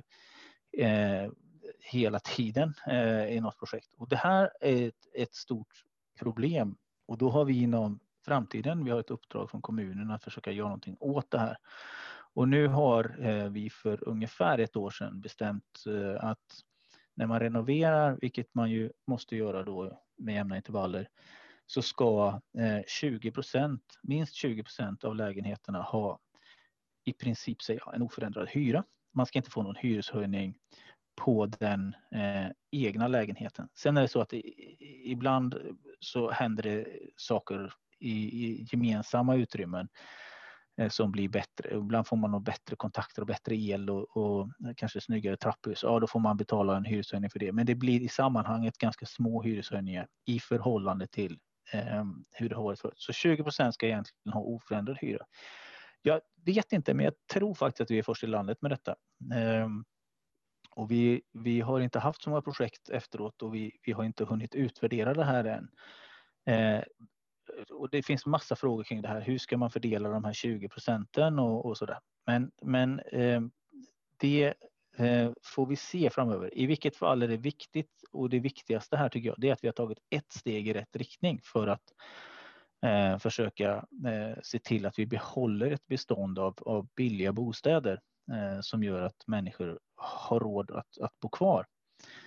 [SPEAKER 6] eh, hela tiden eh, i något projekt. Och det här är ett, ett stort problem. Och då har vi inom Framtiden. Vi har ett uppdrag från kommunen att försöka göra någonting åt det här. Och nu har eh, vi för ungefär ett år sedan bestämt eh, att när man renoverar, vilket man ju måste göra då med jämna intervaller, så ska eh, tjugo procent, minst tjugo procent av lägenheterna ha i princip säga, en oförändrad hyra. Man ska inte få någon hyreshöjning på den eh, egna lägenheten. Sen är det så att i, ibland så händer det saker i, i gemensamma utrymmen som blir bättre. Ibland får man nog bättre kontakter och bättre el och, och kanske snyggare trapphus. Ja, då får man betala en hyreshöjning för det. Men det blir i sammanhanget ganska små hyreshöjningar i förhållande till eh, hur det har varit förut. Så tjugo procent ska egentligen ha oförändrad hyra. Jag vet inte, men jag tror faktiskt att vi är först i landet med detta. Eh, och vi, vi har inte haft så många projekt efteråt och vi, vi har inte hunnit utvärdera det här än. Eh, Och det finns massa frågor kring det här. Hur ska man fördela de här tjugo procenten och, och sådär. Men, men eh, det eh, får vi se framöver. I vilket fall är det viktigt och det viktigaste här tycker jag det är att vi har tagit ett steg i rätt riktning för att eh, försöka eh, se till att vi behåller ett bestånd av, av billiga bostäder eh, som gör att människor har råd att, att bo kvar.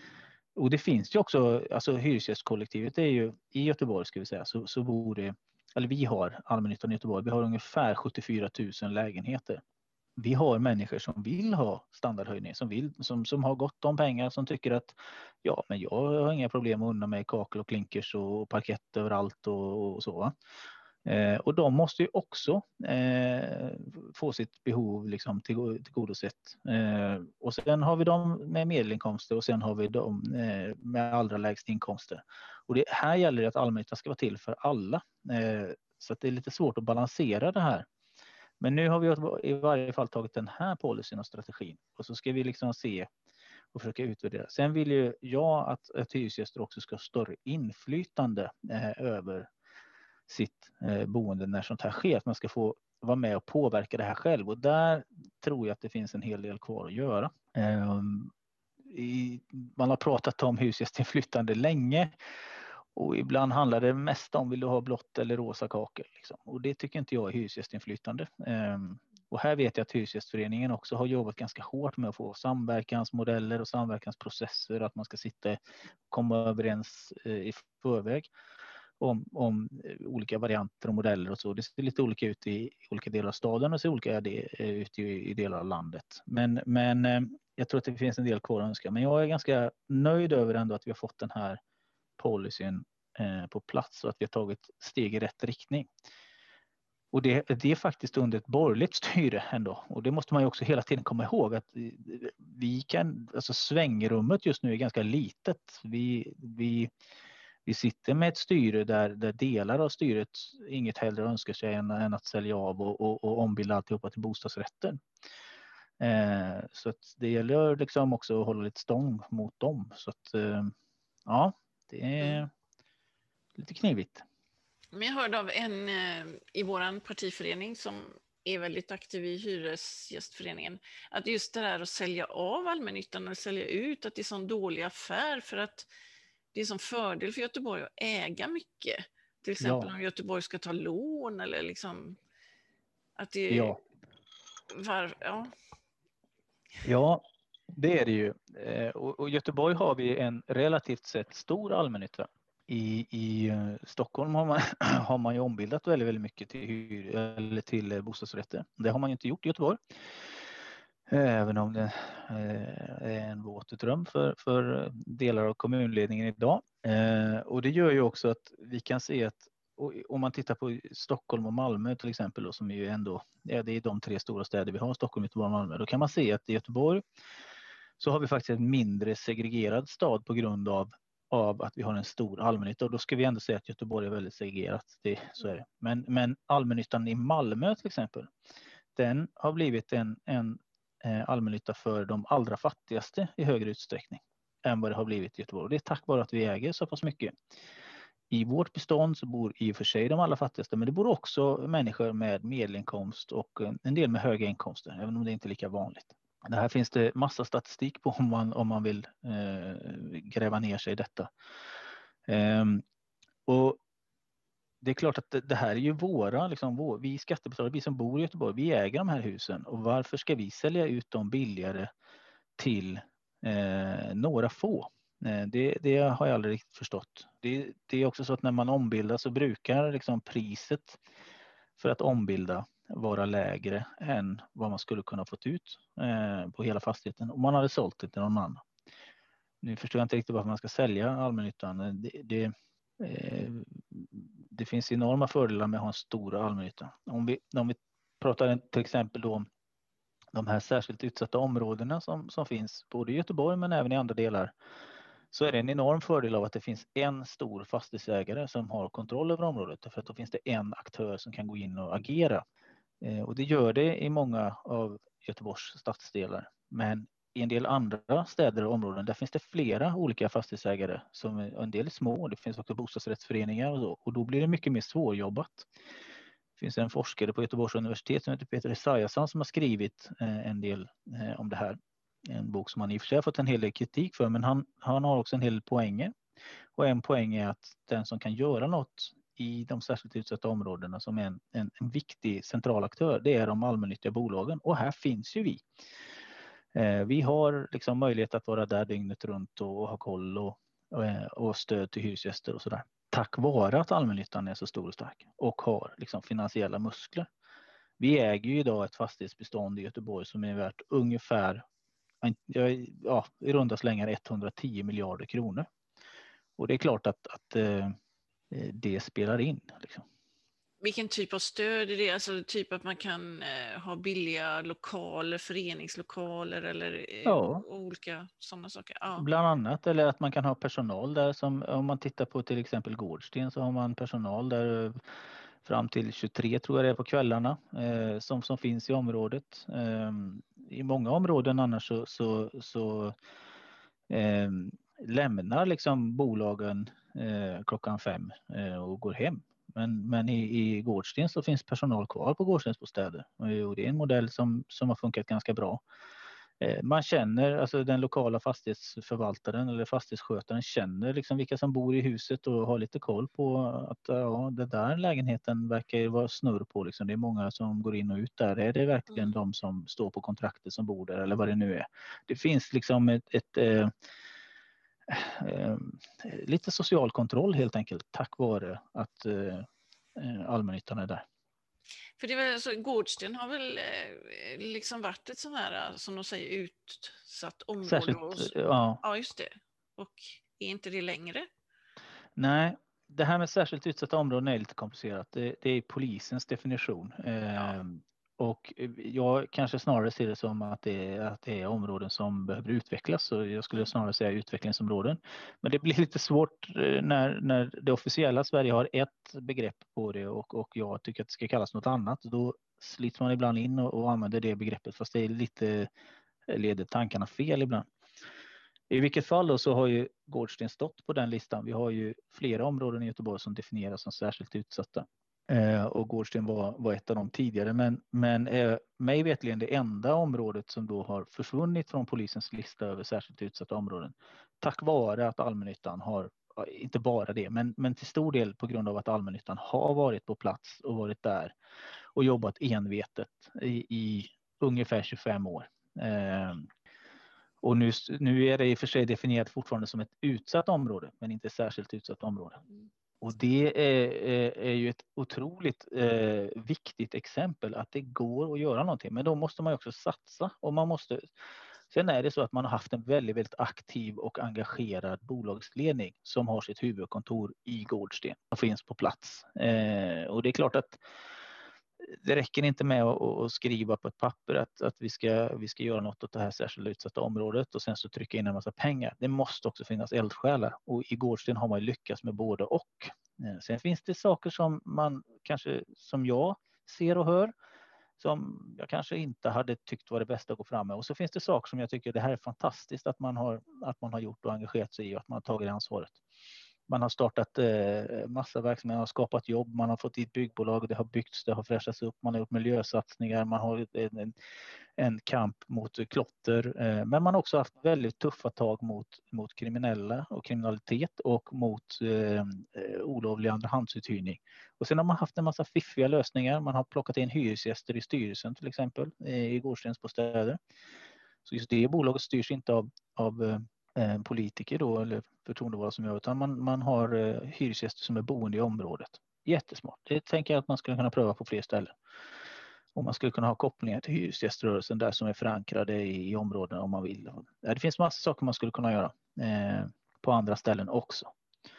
[SPEAKER 6] Och det finns ju också, alltså hyresgästkollektivet är ju i Göteborg ska vi säga, så, så bor det eller vi har allmännyttan i Göteborg, vi har ungefär sjuttiofyra tusen lägenheter. Vi har människor som vill ha standardhöjning, som, vill, som, som har gott om pengar, som tycker att ja, men jag har inga problem att unna mig kakel och klinkers och parkett överallt och, och så. Eh, och de måste ju också eh, få sitt behov liksom till, tillgodosett. Eh, och sen har vi de med medelinkomster och sen har vi de eh, med allra lägst inkomster. Och det här gäller det att allmännyttan ska vara till för alla. Eh, så att det är lite svårt att balansera det här. Men nu har vi i varje fall tagit den här policyn och strategin. Och så ska vi liksom se och försöka utvärdera. Sen vill ju jag att, att hyresgäster också ska ha större inflytande eh, över sitt eh, boende när sånt här sker. Att man ska få vara med och påverka det här själv. Och där tror jag att det finns en hel del kvar att göra. Eh, i, man har pratat om hyresgästinflytande länge. Och ibland handlar det mest om vill du ha blått eller rosa kakel. Liksom. Och det tycker inte jag är hyresgästinflytande. Um, och här vet jag att Hyresgästföreningen också har jobbat ganska hårt med att få samverkansmodeller och samverkansprocesser. Att man ska sitta och komma överens uh, i förväg om, om uh, olika varianter och modeller och så. Det ser lite olika ut i olika delar av staden och ser olika ut i, i delar av landet. Men, men uh, jag tror att det finns en del kvar att önska. Men jag är ganska nöjd över ändå att vi har fått den här policyn eh, på plats och att vi har tagit steg i rätt riktning. Och det, det är faktiskt under ett borgerligt styre ändå. Och det måste man ju också hela tiden komma ihåg att vi kan, alltså svängrummet just nu är ganska litet. Vi, vi, vi sitter med ett styre där, där delar av styret inget hellre önskar sig än, än att sälja av och, och, och ombilda alltihopa till bostadsrätter. Eh, så att det gäller liksom också att hålla lite stång mot dem. Så att eh, ja, det är mm. lite knivigt.
[SPEAKER 5] Men jag hörde av en eh, i vår partiförening som är väldigt aktiv i Hyresgästföreningen att just det där att sälja av allmännyttan eller sälja ut, att det är sån dålig affär för att det är sån fördel för Göteborg att äga mycket. Till exempel ja. Om Göteborg ska ta lån eller liksom att det är...
[SPEAKER 6] Ja.
[SPEAKER 5] Var, ja.
[SPEAKER 6] Ja, det är det ju. Och Göteborg har vi en relativt sett stor allmännytta. I, i Stockholm har man, har man ju ombildat väldigt, väldigt mycket till, hyr, eller till bostadsrätter. Det har man ju inte gjort i Göteborg. Även om det är en våt dröm för, för delar av kommunledningen idag. Och det gör ju också att vi kan se att om man tittar på Stockholm och Malmö till exempel då, som är ju ändå, ja, det är de tre stora städer vi har, Stockholm, Göteborg och Malmö. Då kan man se att i Göteborg så har vi faktiskt en mindre segregerad stad på grund av, av att vi har en stor allmännytta. Och då ska vi ändå säga att Göteborg är väldigt segregerat. Det, så är det. Men, men allmännyttan i Malmö till exempel, den har blivit en, en eh, allmännytta för de allra fattigaste i högre utsträckning än vad det har blivit i Göteborg. Och det är tack vare att vi äger så pass mycket. I vårt bestånd så bor i och för sig de allra fattigaste, men det bor också människor med medelinkomst och en del med höga inkomster, även om det inte är lika vanligt. Det här finns det massa statistik på om man, om man vill eh, gräva ner sig i detta. Ehm, och det är klart att det, det här är ju våra, liksom, vår, vi skattebetalare, vi som bor i Göteborg, vi äger de här husen. Och varför ska vi sälja ut dem billigare till eh, några få? Det, det har jag aldrig riktigt förstått. Det, det är också så att när man ombildar så brukar liksom priset för att ombilda vara lägre än vad man skulle kunna fått ut eh, på hela fastigheten om man hade sålt det till någon annan. Nu förstår jag inte riktigt varför man ska sälja allmännyttan. Det, det, eh, det finns enorma fördelar med att ha en stor allmännytta. Om vi, om vi pratar till exempel då om de här särskilt utsatta områdena som, som finns både i Göteborg men även i andra delar, så är det en enorm fördel av att det finns en stor fastighetsägare som har kontroll över området. För att då finns det en aktör som kan gå in och agera. Eh, och det gör det i många av Göteborgs stadsdelar. Men i en del andra städer och områden där finns det flera olika fastighetsägare. Som en del är små, det finns också bostadsrättsföreningar och så. Och då blir det mycket mer svårjobbat. Det finns en forskare på Göteborgs universitet som heter Peter Esaiasson som har skrivit eh, en del eh, om det här. En bok som han i och för sig har fått en hel del kritik för, men han, han har också en hel del poänger. Och en poäng är att den som kan göra något i de särskilt utsatta områdena som är en, en, en viktig central aktör, det är de allmännyttiga bolagen. Och här finns ju vi. Eh, vi har liksom möjlighet att vara där dygnet runt och, och ha koll och, och, och stöd till hyresgäster och sådär. tack vare att allmännyttan är så stor och stark och har liksom finansiella muskler. Vi äger ju idag ett fastighetsbestånd i Göteborg som är värt ungefär, ja, i runda slängar etthundratio miljarder kronor. Och det är klart att, att eh, det spelar in. Liksom.
[SPEAKER 5] Vilken typ av stöd är det? Alltså typ att man kan eh, ha billiga lokaler, föreningslokaler eller eh,
[SPEAKER 6] Ja.
[SPEAKER 5] olika sådana saker? Ja.
[SPEAKER 6] Bland annat, eller att man kan ha personal där som, om man tittar på till exempel Gårdsten så har man personal där fram till tjugotre tror jag det är på kvällarna eh, som, som finns i området. Eh, I många områden annars så, så, så eh, lämnar liksom bolagen eh, klockan fem eh, och går hem. Men, men i, i Gårdsten så finns personal kvar på Gårdstensbostäder och det är en modell som, som har funkat ganska bra. Man känner, alltså den lokala fastighetsförvaltaren eller fastighetsskötaren känner liksom vilka som bor i huset och har lite koll på att ja, det där lägenheten verkar ju vara snurr på. Liksom. Det är många som går in och ut där. Är det verkligen mm. de som står på kontraktet som bor där eller vad det nu är? Det finns liksom ett, ett eh, eh, lite social kontroll helt enkelt tack vare att eh, allmännyttan är där.
[SPEAKER 5] För det är väl så, Gårdsten har väl eh, liksom varit ett sånt här, som de säger, utsatt område.
[SPEAKER 6] Särskilt,
[SPEAKER 5] och,
[SPEAKER 6] ja.
[SPEAKER 5] Ja, just det. Och är inte det längre?
[SPEAKER 6] Nej, det här med särskilt utsatta områden är lite komplicerat. Det, det är polisens definition.
[SPEAKER 5] Ja.
[SPEAKER 6] Eh, och jag kanske snarare ser det som att det, är, att det är områden som behöver utvecklas. Så jag skulle snarare säga utvecklingsområden. Men det blir lite svårt när, när det officiella Sverige har ett begrepp på det och, och jag tycker att det ska kallas något annat. Då slits man ibland in och, och använder det begreppet fast det är lite, leder tankarna fel ibland. I vilket fall då så har ju Gårdsten stått på den listan. Vi har ju flera områden i Göteborg som definieras som särskilt utsatta. Eh, och Gårdsten var, var ett av dem tidigare. Men, men eh, mig vetligen det enda området som då har försvunnit från polisens lista över särskilt utsatta områden. Tack vare att allmännyttan har, inte bara det, men, men till stor del på grund av att allmännyttan har varit på plats och varit där och jobbat envetet i, i ungefär tjugofem år. Eh, Och nu, nu är det i och för sig definierat fortfarande som ett utsatt område, men inte särskilt utsatt område. Och det är, är, är ju ett otroligt eh, viktigt exempel att det går att göra någonting. Men då måste man ju också satsa. Och man måste, sen är det så att man har haft en väldigt, väldigt aktiv och engagerad bolagsledning som har sitt huvudkontor i Gårdsten och finns på plats. Eh, och det är klart att det räcker inte med att skriva på ett papper att, att vi, ska, vi ska göra något åt det här särskilda utsatta området och sen så trycka in en massa pengar. Det måste också finnas eldsjälar och i Gårdsten har man lyckats med både och. Sen finns det saker som man kanske, som jag ser och hör, som jag kanske inte hade tyckt var det bästa att gå fram med. Och så finns det saker som jag tycker det här är fantastiskt att man har, att man har gjort och engagerat sig i och att man har tagit ansvaret. Man har startat eh, massa verksamheter, man har skapat jobb, man har fått dit byggbolag, det har byggts, det har fräschats upp, man har gjort miljösatsningar, man har en, en, en kamp mot klotter. Eh, men man har också haft väldigt tuffa tag mot, mot kriminella och kriminalitet och mot eh, olovlig andrahandsuthyrning. Och sen har man haft en massa fiffiga lösningar, man har plockat in hyresgäster i styrelsen till exempel i Gårdstensbostäder. Så just det bolaget styrs inte av, av eh, politiker då, eller förtroendevalda som jag, utan man, man har eh, hyresgäster som är boende i området. Jättesmart. Det tänker jag att man skulle kunna pröva på fler ställen. Och man skulle kunna ha kopplingar till hyresgäströrelsen där som är förankrade i, i områden om man vill. Ja, det finns massa saker man skulle kunna göra eh, på andra ställen också.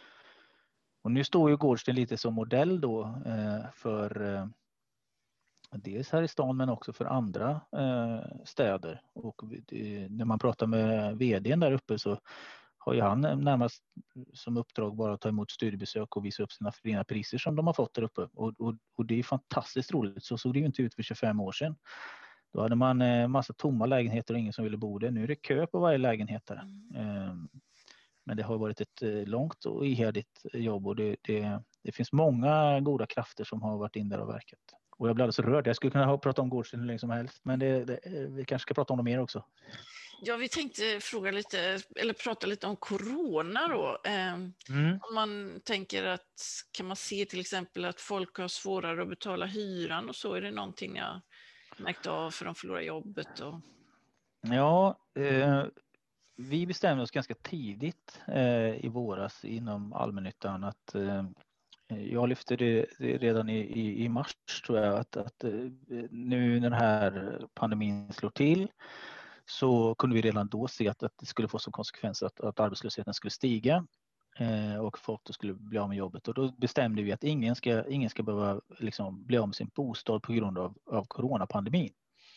[SPEAKER 6] Och nu står ju Gårdsten lite som modell då eh, för eh, dels här i stan men också för andra eh, städer. Och eh, när man pratar med vdn där uppe så har ju han närmast som uppdrag bara att ta emot studiebesök och visa upp sina fina priser som de har fått där uppe. Och, och, och det är fantastiskt roligt. Så såg det ju inte ut för tjugofem år sedan. Då hade man en massa tomma lägenheter och ingen som ville bo där. Nu är det kö på varje lägenhet där. Mm. Men det har varit ett långt och ihärdigt jobb och det, det, det finns många goda krafter som har varit in där och verkat. Och jag blir alldeles rörd. Jag skulle kunna ha pratat om Gårdsten hur länge som helst. Men det, det, vi kanske ska prata om det mer också.
[SPEAKER 5] Ja, vi tänkte fråga lite, eller prata lite om corona då. Mm. Om man tänker att, kan man se till exempel att folk har svårare att betala hyran och så, är det någonting jag märkt av för de förlorar jobbet? Och...
[SPEAKER 6] Ja, eh, vi bestämde oss ganska tidigt eh, i våras inom allmännyttan att eh, jag lyfte det, det redan i, i, i mars tror jag att, att eh, nu när den här pandemin slår till så kunde vi redan då se att, att det skulle få som konsekvens att, att arbetslösheten skulle stiga eh, och folk då skulle bli av med jobbet. Och då bestämde vi att ingen ska, ingen ska behöva liksom bli av med sin bostad på grund av, av coronapandemin.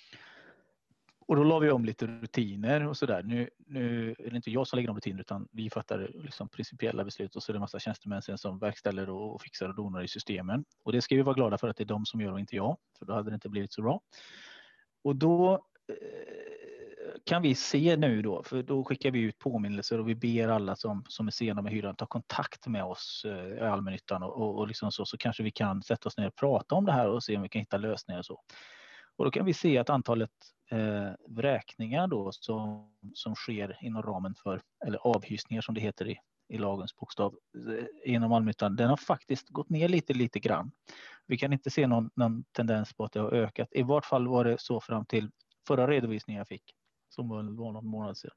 [SPEAKER 6] Och då la vi om lite rutiner och sådär. Nu, nu är det inte jag som lägger om rutiner utan vi fattar liksom principiella beslut och så är det en massa tjänstemän sen som verkställer och, och fixar och donar i systemen. Och det ska vi vara glada för att det är de som gör och inte jag. För då hade det inte blivit så bra. Och då eh, kan vi se nu då, för då skickar vi ut påminnelser och vi ber alla som, som är sena med hyran ta kontakt med oss eh, i allmännyttan och, och, och liksom så, så kanske vi kan sätta oss ner och prata om det här och se om vi kan hitta lösningar och så. Och då kan vi se att antalet eh, vräkningar då som, som sker inom ramen för, eller avhysningar som det heter i, i lagens bokstav, eh, inom allmännyttan, den har faktiskt gått ner lite, lite grann. Vi kan inte se någon, någon tendens på att det har ökat. I vart fall var det så fram till förra redovisningen jag fick, som var, var någon månad sedan.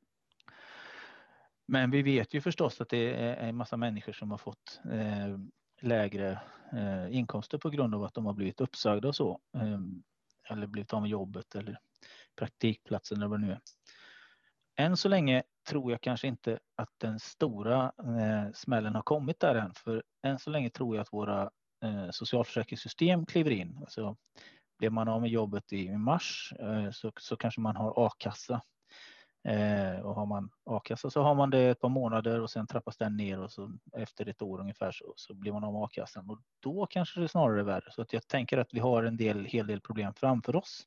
[SPEAKER 6] Men vi vet ju förstås att det är en massa människor som har fått eh, lägre eh, inkomster på grund av att de har blivit uppsagda och så. Eh, eller blivit av med jobbet eller praktikplatsen eller vad det nu är. Än så länge tror jag kanske inte att den stora eh, smällen har kommit där än. För än så länge tror jag att våra eh, socialförsäkringssystem kliver in. Alltså, blir man av med jobbet i mars eh, så, så kanske man har a-kassa. Eh, och har man a-kassa så har man det ett par månader och sen trappas den ner och så efter ett år ungefär så, så blir man av med a-kassan och då kanske det snarare är värre. Så att jag tänker att vi har en del, hel del problem framför oss.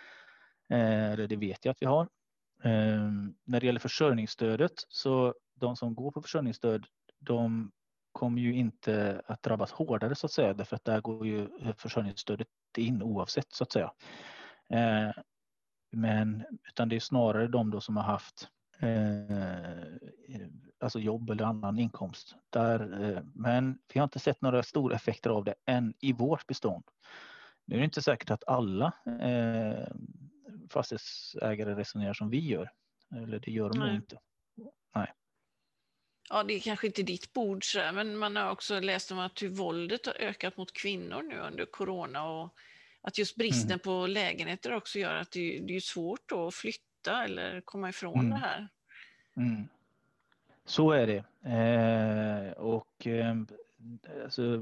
[SPEAKER 6] Eh, eller det vet jag att vi har. Eh, när det gäller försörjningsstödet så de som går på försörjningsstöd de kommer ju inte att drabbas hårdare så att säga därför att där går ju försörjningsstödet in oavsett så att säga. Eh, Men utan det är snarare de då som har haft eh, alltså jobb eller annan inkomst. Där, eh, men vi har inte sett några stora effekter av det än i vårt bestånd. Nu är det inte säkert att alla eh, fastighetsägare resonerar som vi gör. Eller det gör de nog inte. Nej.
[SPEAKER 5] Ja, det är kanske inte ditt bord, men man har också läst om att hur våldet har ökat mot kvinnor nu under corona och att just bristen mm. på lägenheter också gör att det, det är svårt att flytta eller komma ifrån mm. det här.
[SPEAKER 6] Mm. Så är det. Eh, och eh, alltså,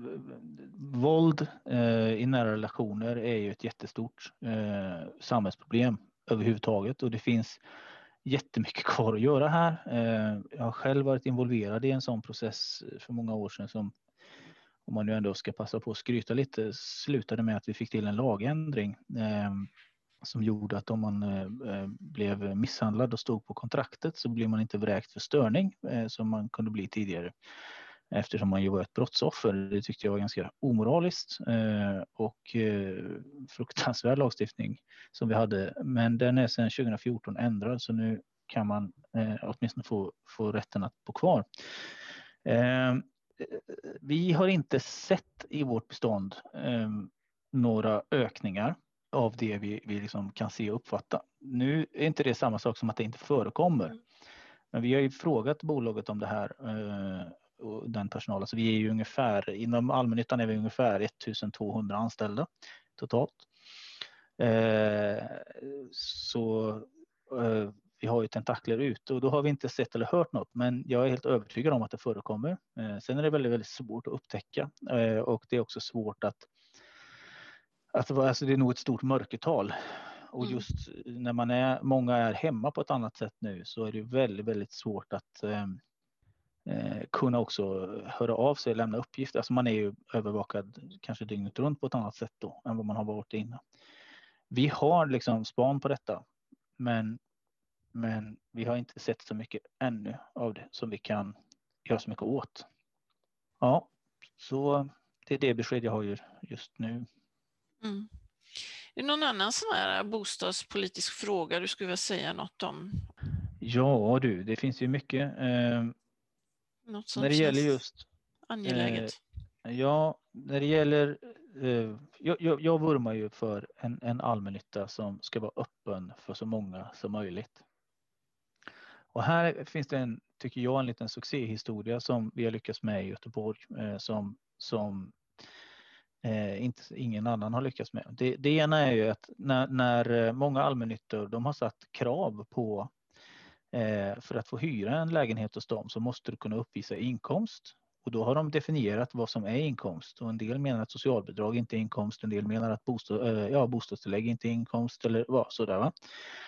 [SPEAKER 6] våld eh, i nära relationer är ju ett jättestort eh, samhällsproblem överhuvudtaget och det finns jättemycket kvar att göra här. Eh, jag har själv varit involverad i en sån process för många år sedan som om man nu ändå ska passa på att skryta lite, slutade med att vi fick till en lagändring eh, som gjorde att om man eh, blev misshandlad och stod på kontraktet så blev man inte vräkt för störning eh, som man kunde bli tidigare eftersom man ju var ett brottsoffer. Det tyckte jag var ganska omoraliskt eh, och eh, fruktansvärd lagstiftning som vi hade. Men den är sedan tjugo fjorton ändrad så nu kan man eh, åtminstone få, få rätten att bo kvar. Eh, Vi har inte sett i vårt bestånd eh, några ökningar av det vi, vi liksom kan se och uppfatta. Nu är inte det samma sak som att det inte förekommer. Mm. Men vi har ju frågat bolaget om det här eh, och den personalen. Alltså vi är ju ungefär, inom allmännyttan är vi ungefär ettusentvåhundra anställda totalt. Eh, så eh, vi har ju tentakler ute och då har vi inte sett eller hört något. Men jag är helt övertygad om att det förekommer. Eh, sen är det väldigt, väldigt svårt att upptäcka. Eh, och det är också svårt att... att alltså det är nog ett stort mörkertal. Och just mm. när man är, många är hemma på ett annat sätt nu så är det väldigt, väldigt svårt att eh, kunna också höra av sig och lämna uppgifter. Alltså man är ju övervakad kanske dygnet runt på ett annat sätt då än vad man har varit innan. Vi har liksom span på detta. Men Men vi har inte sett så mycket ännu av det som vi kan göra så mycket åt. Ja, så det är det besked jag har just nu.
[SPEAKER 5] Mm. Är det någon annan sån här bostadspolitisk fråga du skulle vilja säga något om?
[SPEAKER 6] Ja du, det finns ju mycket. Eh,
[SPEAKER 5] något som
[SPEAKER 6] när det gäller just...
[SPEAKER 5] angeläget.
[SPEAKER 6] Eh, ja, när det gäller... Eh, jag, jag, jag vurmar ju för en, en allmännytta som ska vara öppen för så många som möjligt. Och här finns det en, tycker jag, en liten succéhistoria som vi har lyckats med i Göteborg eh, som, som eh, inte, ingen annan har lyckats med. Det, det ena är ju att när, när många allmännyttor, de har satt krav på eh, för att få hyra en lägenhet hos dem så måste du kunna uppvisa inkomst. Och då har de definierat vad som är inkomst. Och en del menar att socialbidrag inte är inkomst, en del menar att bostad, eh, ja, bostadstillägg inte är inkomst eller vad sådär va.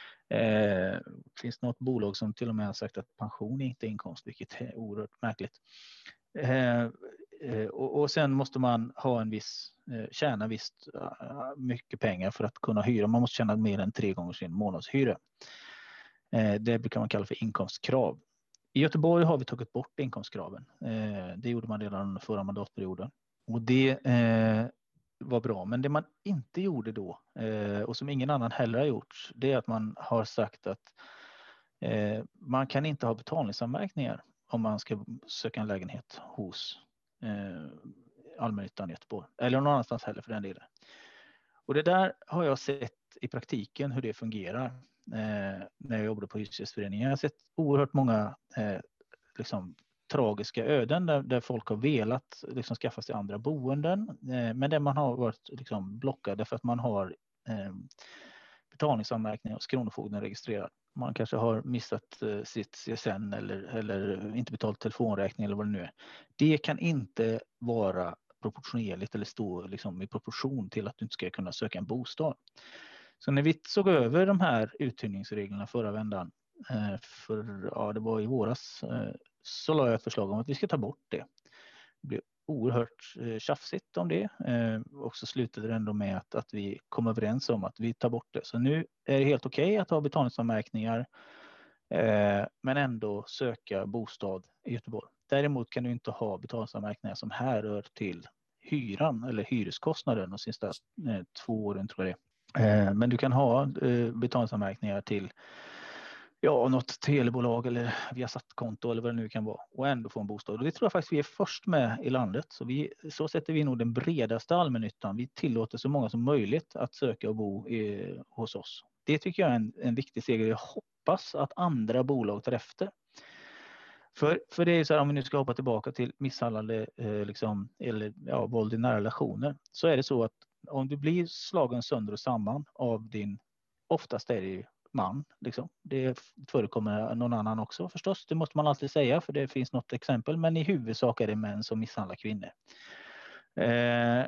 [SPEAKER 6] Eh, finns något bolag som till och med har sagt att pension inte är inkomst, vilket är oerhört märkligt. Eh, eh, och, och sen måste man ha en viss, eh, tjäna visst uh, mycket pengar för att kunna hyra. Man måste tjäna mer än tre gånger sin månadshyra. Eh, det brukar man kalla för inkomstkrav. I Göteborg har vi tagit bort inkomstkraven. Eh, det gjorde man redan under förra mandatperioden. Och det eh, var bra. Men det man inte gjorde då, eh, och som ingen annan heller har gjort, det är att man har sagt att eh, man kan inte ha betalningsanmärkningar om man ska söka en lägenhet hos eh, allmännyttan i Göteborg. Eller någon annanstans heller för den delen. Och det där har jag sett i praktiken hur det fungerar eh, när jag jobbade på Hyresgästföreningen. Jag har sett oerhört många eh, liksom, tragiska öden där, där folk har velat liksom, skaffa sig andra boenden. Eh, men där man har varit liksom, blockade för att man har eh, betalningsanmärkningar hos Kronofogden registrerad. Man kanske har missat eh, sitt C S N eller, eller inte betalt telefonräkning eller vad det nu är. Det kan inte vara proportionerligt eller stå liksom, i proportion till att du inte ska kunna söka en bostad. Så när vi såg över de här uthyrningsreglerna förra vändan, eh, för ja, det var i våras, eh, så la jag ett förslag om att vi ska ta bort det. Det blev oerhört eh, tjafsigt om det eh, och så slutade det ändå med att, att vi kom överens om att vi tar bort det. Så nu är det helt okej okay att ha betalningsanmärkningar eh, men ändå söka bostad i Göteborg. Däremot kan du inte ha betalningsanmärkningar som härrör till hyran eller hyreskostnaden de sista eh, två åren tror jag det är. Eh, men du kan ha eh, betalningsanmärkningar till ja, något telebolag eller Viasat-konto eller vad det nu kan vara och ändå få en bostad. Och det tror jag faktiskt vi är först med i landet. Så, vi, så sätter vi nog den bredaste allmännyttan. Vi tillåter så många som möjligt att söka och bo i, hos oss. Det tycker jag är en, en viktig seger. Jag hoppas att andra bolag tar efter. För, för det är så här, om vi nu ska hoppa tillbaka till misshandlade eh, liksom, eller ja, våld i nära relationer. Så är det så att om du blir slagen sönder och samman av din, oftast är det ju man, liksom. Det förekommer någon annan också förstås. Det måste man alltid säga för det finns något exempel. Men i huvudsak är det män som misshandlar kvinnor. Eh,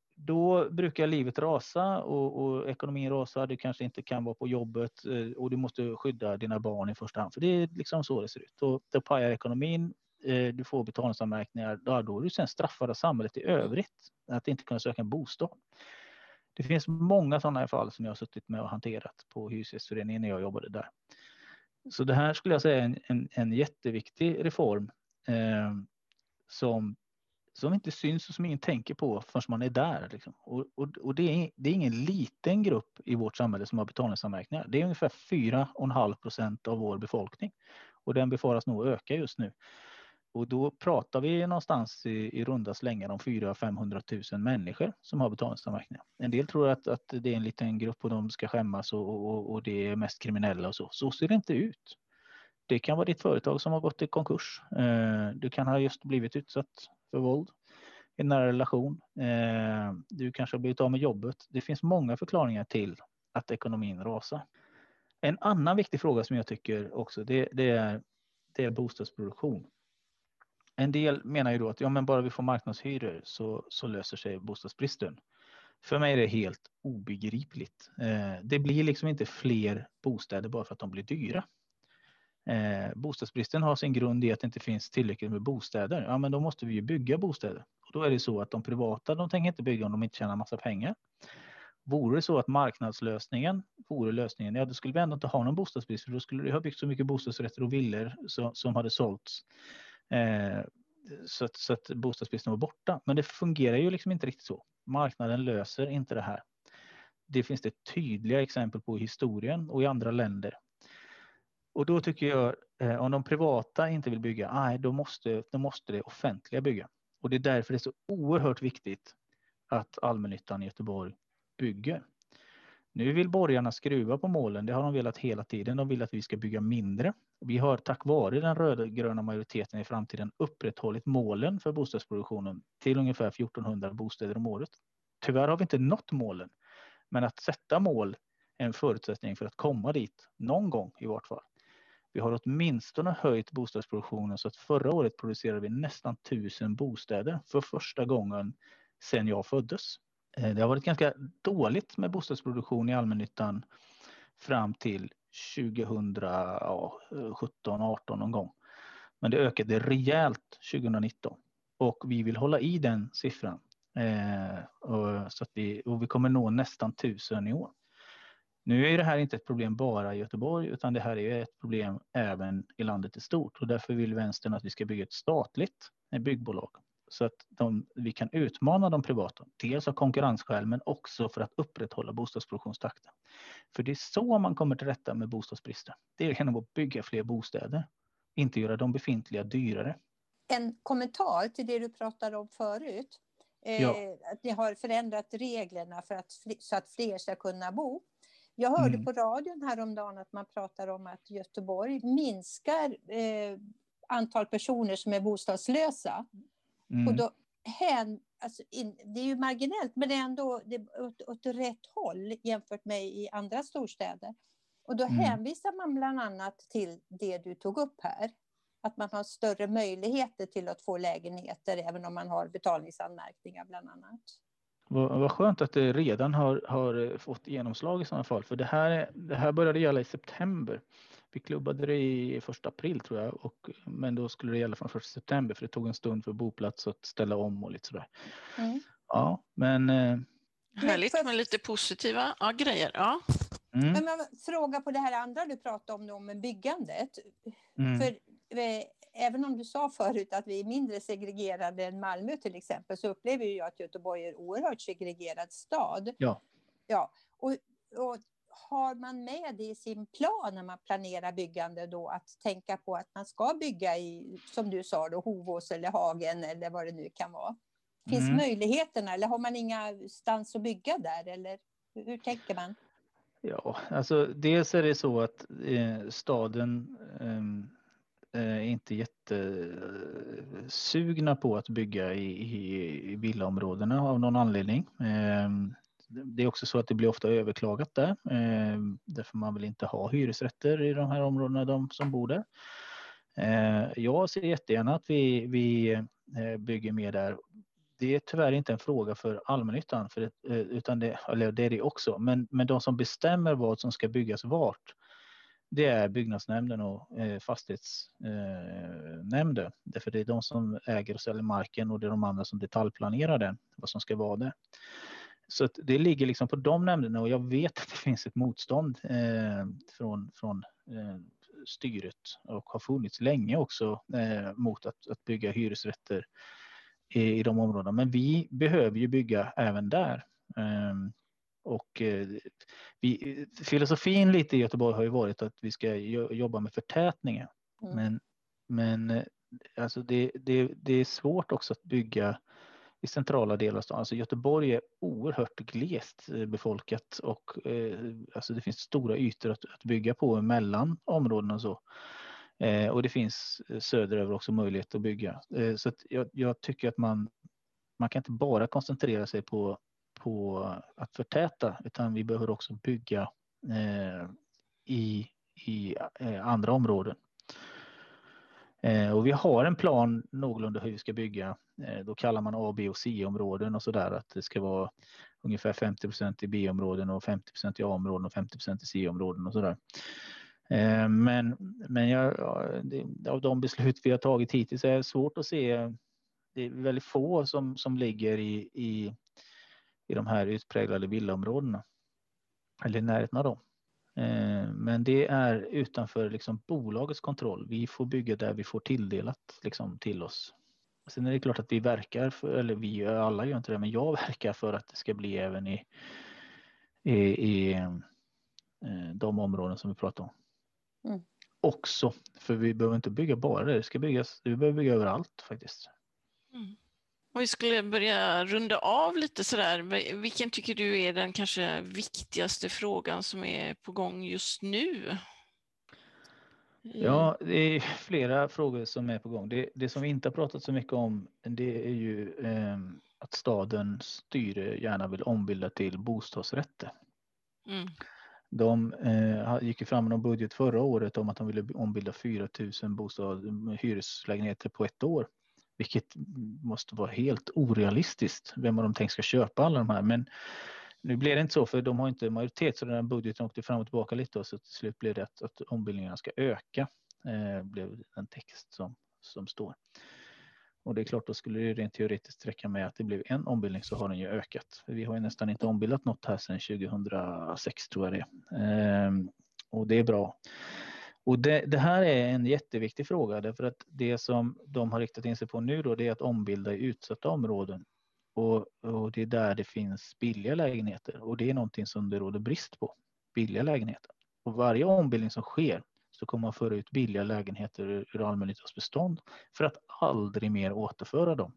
[SPEAKER 6] då brukar livet rasa och, och ekonomin rasa. Du kanske inte kan vara på jobbet eh, och du måste skydda dina barn i första hand. För det är liksom så det ser ut. Och då pajar ekonomin. Eh, du får betalningsanmärkningar. Ja, då är du sen straffad av samhället i övrigt. Att inte kunna söka en bostad. Det finns många sådana fall som jag har suttit med och hanterat på Hyresgästföreningen när jag jobbade där. Så det här skulle jag säga är en, en, en jätteviktig reform eh, som, som inte syns och som ingen tänker på förrän man är där. Liksom. Och, och, och det, är, det är ingen liten grupp i vårt samhälle som har betalningsanmärkningar. Det är ungefär fyra komma fem procent av vår befolkning. Och den befaras nog öka just nu. Och då pratar vi någonstans i, i runda slängar om fyra till femhundratusen människor som har betalningsanmärkningar. En del tror att, att det är en liten grupp och de ska skämmas och, och, och det är mest kriminella och så. Så ser det inte ut. Det kan vara ditt företag som har gått i konkurs. Eh, du kan ha just blivit utsatt för våld i en nära relation. Eh, du kanske har blivit av med jobbet. Det finns många förklaringar till att ekonomin rasar. En annan viktig fråga som jag tycker också det, det, är, det är bostadsproduktion. En del menar ju då att ja, men bara vi får marknadshyror så, så löser sig bostadsbristen. För mig är det helt obegripligt. Eh, det blir liksom inte fler bostäder bara för att de blir dyra. Eh, bostadsbristen har sin grund i att det inte finns tillräckligt med bostäder. Ja, men då måste vi ju bygga bostäder. Och då är det så att de privata, de tänker inte bygga om de inte tjänar massa pengar. Vore det så att marknadslösningen vore lösningen, ja då skulle vi ändå inte ha någon bostadsbrist. För då skulle det ha byggt så mycket bostadsrätter och villor som, som hade sålts. Eh, så, att, så att bostadsbristen var borta. Men det fungerar ju liksom inte riktigt så. Marknaden löser inte det här. Det finns det tydliga exempel på i historien och i andra länder. Och då tycker jag, eh, om de privata inte vill bygga, nej, då måste, då måste det offentliga bygga. Och det är därför det är så oerhört viktigt att allmännyttan i Göteborg bygger. Nu vill borgarna skruva på målen, det har de velat hela tiden. De vill att vi ska bygga mindre. Vi har tack vare den rödgröna majoriteten i framtiden upprätthållit målen för bostadsproduktionen till ungefär fjortonhundra bostäder om året. Tyvärr har vi inte nått målen, men att sätta mål är en förutsättning för att komma dit någon gång i vart fall. Vi har åtminstone höjt bostadsproduktionen så att förra året producerade vi nästan tusen bostäder för första gången sedan jag föddes. Det har varit ganska dåligt med bostadsproduktion i allmännyttan fram till tjugosjutton arton någon gång. Men det ökade rejält tjugonitton och vi vill hålla i den siffran. Eh, och, så att vi, och vi kommer nå nästan tusen i år. Nu är det här inte ett problem bara i Göteborg utan det här är ett problem även i landet i stort. Och därför vill vänstern att vi ska bygga ett statligt byggbolag. Så att de, vi kan utmana de privata. Dels av konkurrensskäl men också för att upprätthålla bostadsproduktionstakten. För det är så man kommer till rätta med bostadsbristen. Det är genom att bygga fler bostäder. Inte göra de befintliga dyrare.
[SPEAKER 4] En kommentar till det du pratade om förut. Eh,
[SPEAKER 6] Ja.
[SPEAKER 4] Att ni har förändrat reglerna för att, så att fler ska kunna bo. Jag hörde
[SPEAKER 6] Mm.
[SPEAKER 4] på radion häromdagen att man pratar om att Göteborg minskar eh, antal personer som är bostadslösa.
[SPEAKER 6] Mm.
[SPEAKER 4] Och då, hän, alltså in, det är ju marginellt men det är ändå det är åt, åt rätt håll jämfört med i andra storstäder. Och då
[SPEAKER 6] Mm.
[SPEAKER 4] hänvisar man bland annat till det du tog upp här. Att man har större möjligheter till att få lägenheter även om man har betalningsanmärkningar bland annat.
[SPEAKER 6] Vad, vad skönt att det redan har, har fått genomslag i sådana fall. För det här, det här började gälla i september. Vi klubbade det i första april tror jag. Och, men då skulle det gälla från första september. För det tog en stund för boplats att ställa om och lite sådär.
[SPEAKER 4] Mm.
[SPEAKER 6] Ja, men... Eh,
[SPEAKER 5] Härligt
[SPEAKER 4] för-
[SPEAKER 5] med lite positiva ja, grejer. Ja.
[SPEAKER 6] mm,
[SPEAKER 4] Men man frågar på det här andra du pratade om, då, med byggandet.
[SPEAKER 6] mm,
[SPEAKER 4] För eh, även om du sa förut att vi är mindre segregerade än Malmö till exempel, så upplever jag att Göteborg är en oerhört segregerad stad.
[SPEAKER 6] ja.
[SPEAKER 4] Ja, och, och har man med det i sin plan när man planerar byggande då att tänka på att man ska bygga i, som du sa då, Hovås eller Hagen eller vad det nu kan vara. Finns
[SPEAKER 6] Mm.
[SPEAKER 4] möjligheterna eller har man inga stans att bygga där eller hur, hur tänker man?
[SPEAKER 6] Ja, alltså dels är det så att eh, staden eh, är inte jättesugna på att bygga i, i, i villaområdena av någon anledning. Eh, det är också så att det blir ofta överklagat där. Eh, därför man vill inte ha hyresrätter i de här områdena, de som bor där. Eh, jag ser jättegärna att vi, vi eh, bygger mer där. Det är tyvärr inte en fråga för allmännyttan, för det, utan det, eller det är det också. Men, men de som bestämmer vad som ska byggas vart, det är byggnadsnämnden och eh, fastighetsnämnden. Eh, Därför det är de som äger och säljer marken och det är de andra som detaljplanerar den, vad som ska vara där. Så att det ligger liksom på de nämnderna och jag vet att det finns ett motstånd eh, från, från eh, styret och har funnits länge också eh, mot att, att bygga hyresrätter i de områdena. Men vi behöver ju bygga även där. Um, och uh, vi, filosofin lite i Göteborg har ju varit att vi ska jobba med förtätningen. Mm. Men, men uh, alltså det, det, det är svårt också att bygga i centrala delar av stan. Alltså Göteborg är oerhört glest befolkat och uh, alltså det finns stora ytor att, att bygga på mellan områdena och så. Eh, och det finns söderöver också möjlighet att bygga. Eh, så att jag, jag tycker att man, man kan inte bara koncentrera sig på, på att förtäta utan vi behöver också bygga eh, i, i eh, andra områden. Eh, och vi har en plan någorlunda hur vi ska bygga. Eh, då kallar man A, B och C-områden och sådär. Att det ska vara ungefär femtio procent i B-områden och femtio procent i A-områden och femtio procent i C-områden och sådär. Men, men jag, det, av de beslut vi har tagit hittills är det svårt att se. Det är väldigt få som, som ligger i, i, i de här utpräglade villaområdena. Eller i närheten av dem. Men det är utanför liksom bolagets kontroll. Vi får bygga där vi får tilldelat liksom, till oss. Sen är det klart att vi verkar, för, eller vi alla gör inte det, men jag verkar för att det ska bli även i, i, i de områden som vi pratar om. Mm. Också, för vi behöver inte bygga bara det, det ska byggas, vi behöver bygga överallt faktiskt.
[SPEAKER 5] Mm. Om vi skulle börja runda av lite sådär, vilken tycker du är den kanske viktigaste frågan som är på gång just nu?
[SPEAKER 6] Ja, det är flera frågor som är på gång. Det, det som vi inte har pratat så mycket om, det är ju eh, att stadens styre gärna vill ombilda till bostadsrätter. Mm. De eh, gick ju fram med en budget förra året om att de ville ombilda fyra tusen bostad, hyreslägenheter på ett år. Vilket måste vara helt orealistiskt. Vem av dem tänker ska köpa alla de här. Men nu blir det inte så, för de har inte majoritet, så den här budgeten åkte fram och tillbaka lite, och så till slut blev det att, att ombildningarna ska öka. Eh, blev en text som, som står. Och det är klart, då skulle det rent teoretiskt räcka med att det blev en ombildning, så har den ju ökat. Vi har ju nästan inte ombildat något här sedan tjugohundrasex, tror jag det är. Eh, och det är bra. Och det, det här är en jätteviktig fråga, därför att det som de har riktat in sig på nu då, det är att ombilda i utsatta områden. Och, och det är där det finns billiga lägenheter, och det är någonting som det råder brist på, billiga lägenheter. Och varje ombildning som sker så kommer man föra ut billiga lägenheter ur allmännyttans bestånd för att aldrig mer återföra dem.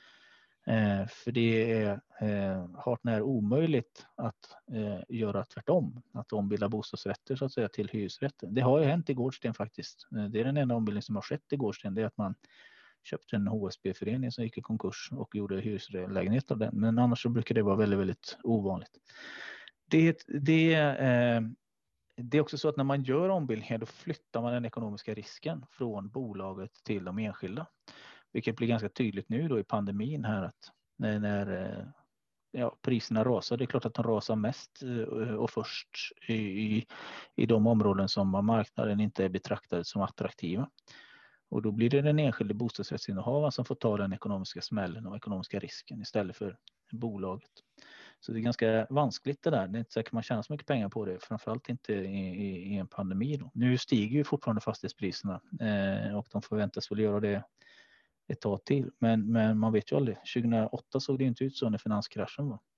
[SPEAKER 6] Eh, för det är eh, hart när omöjligt att eh, göra tvärtom, att ombilda bostadsrätter så att säga till hyresrätter. Det har ju hänt i Gårdsten faktiskt. Eh, det är den enda ombildning som har skett i Gårdsten, det är att man köpte en H S B-förening som gick i konkurs och gjorde hyreslägenhet av den. Men annars så brukar det vara väldigt, väldigt ovanligt. Det, det, eh, det är också så att när man gör ombildningar, då flyttar man den ekonomiska risken från bolaget till de enskilda. Vilket blir ganska tydligt nu då i pandemin här, att när, när ja, priserna rasar, det är klart att de rasar mest och först i, i, i de områden som av marknaden inte är betraktade som attraktiva. Och då blir det den enskilde bostadsrättsinnehavaren som får ta den ekonomiska smällen och ekonomiska risken istället för bolaget. Så det är ganska vanskligt det där. Det är inte säkert man tjänar så mycket pengar på det, framförallt inte i, i, i en pandemi då. Nu stiger ju fortfarande fastighetspriserna eh, och de förväntas väl göra det ett tag till. Men, men man vet ju aldrig. tjugohundraåtta såg det inte ut så när finanskraschen var.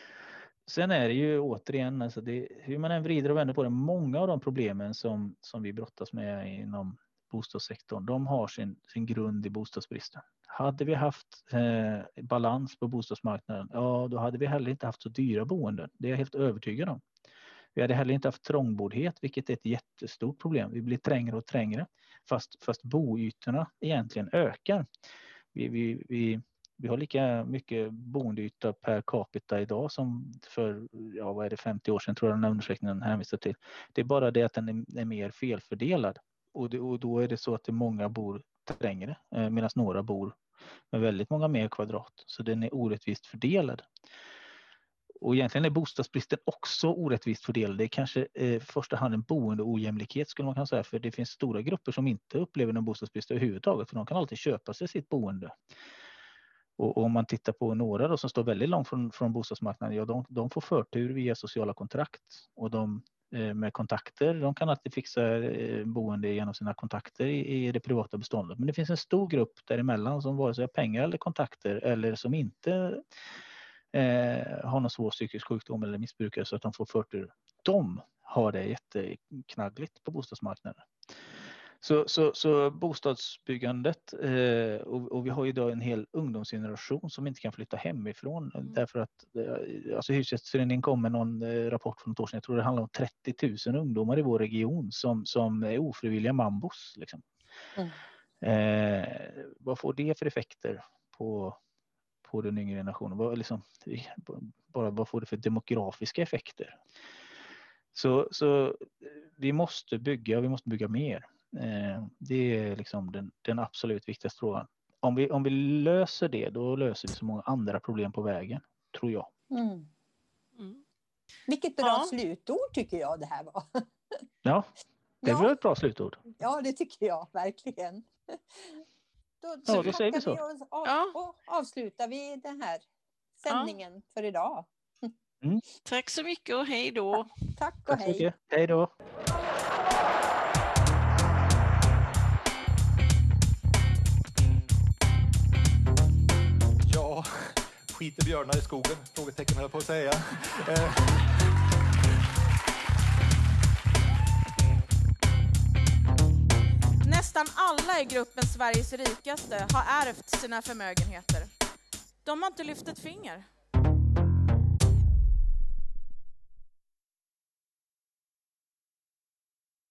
[SPEAKER 6] Sen är det ju återigen, alltså det, hur man än vrider och vänder på det, många av de problemen som, som vi brottas med inom bostadssektorn, de har sin, sin grund i bostadsbristen. Hade vi haft eh, balans på bostadsmarknaden, ja då hade vi heller inte haft så dyra boenden. Det är jag helt övertygad om. Vi hade heller inte haft trångboddhet, vilket är ett jättestort problem. Vi blir trängre och trängre, fast, fast boytorna egentligen ökar. Vi, vi, vi, vi har lika mycket boendeyta per capita idag som för ja, vad är det, femtio år sedan, tror jag den här undersökningen hänvisar till. Det är bara det att den är, är mer felfördelad. Och, det, och då är det så att det många bor trängre, eh, medan några bor med väldigt många mer kvadrat. Så den är orättvist fördelad. Och egentligen är bostadsbristen också orättvist fördelad. Det är kanske eh, första hand en boendeojämlikhet skulle man kunna säga. För det finns stora grupper som inte upplever någon bostadsbrist överhuvudtaget. För de kan alltid köpa sig sitt boende. Och, och om man tittar på några då, som står väldigt långt från, från bostadsmarknaden. Ja, de, de får förtur via sociala kontrakt. Och de eh, med kontakter. De kan alltid fixa eh, boende genom sina kontakter i, i det privata beståndet. Men det finns en stor grupp däremellan som vare sig har pengar eller kontakter. Eller som inte Eh, har någon svår psykisk sjukdom eller missbrukare så att de får förtur. De har det jätteknaggligt på bostadsmarknaden. Så, så, så bostadsbyggandet eh, och, och vi har ju idag en hel ungdomsgeneration som inte kan flytta hemifrån mm. därför att eh, alltså Hyresgästföreningen kom med någon eh, rapport från ett år sedan. Jag tror det handlar om trettio tusen ungdomar i vår region som, som är ofrivilliga mambos. Liksom. Mm. Eh, vad får det för effekter på på den yngre generationen? Vad, liksom, bara vad får det för demografiska effekter? Så, så vi måste bygga, vi måste bygga mer. Eh, det är liksom den, den absolut viktigaste frågan. Om vi, om vi löser det, då löser vi så många andra problem på vägen, tror jag.
[SPEAKER 4] Mm. Mm. Vilket bra ja. slutord tycker jag det här var.
[SPEAKER 6] Ja, det var ja. ett bra slutord.
[SPEAKER 4] Ja, det tycker jag verkligen. Då,
[SPEAKER 6] ja, då säger vi så.
[SPEAKER 4] Vi och, och, ja. och avslutar vi den här sändningen ja. för idag.
[SPEAKER 5] Mm. Tack så mycket och hej då.
[SPEAKER 4] Tack och
[SPEAKER 6] Tack
[SPEAKER 4] hej.
[SPEAKER 6] Mycket. Hej då.
[SPEAKER 2] Ja, skiter björnar i skogen? Frågetecken höll jag på att säga. Eh.
[SPEAKER 3] Nästan alla i gruppen Sveriges rikaste har ärvt sina förmögenheter. De har inte lyft ett finger.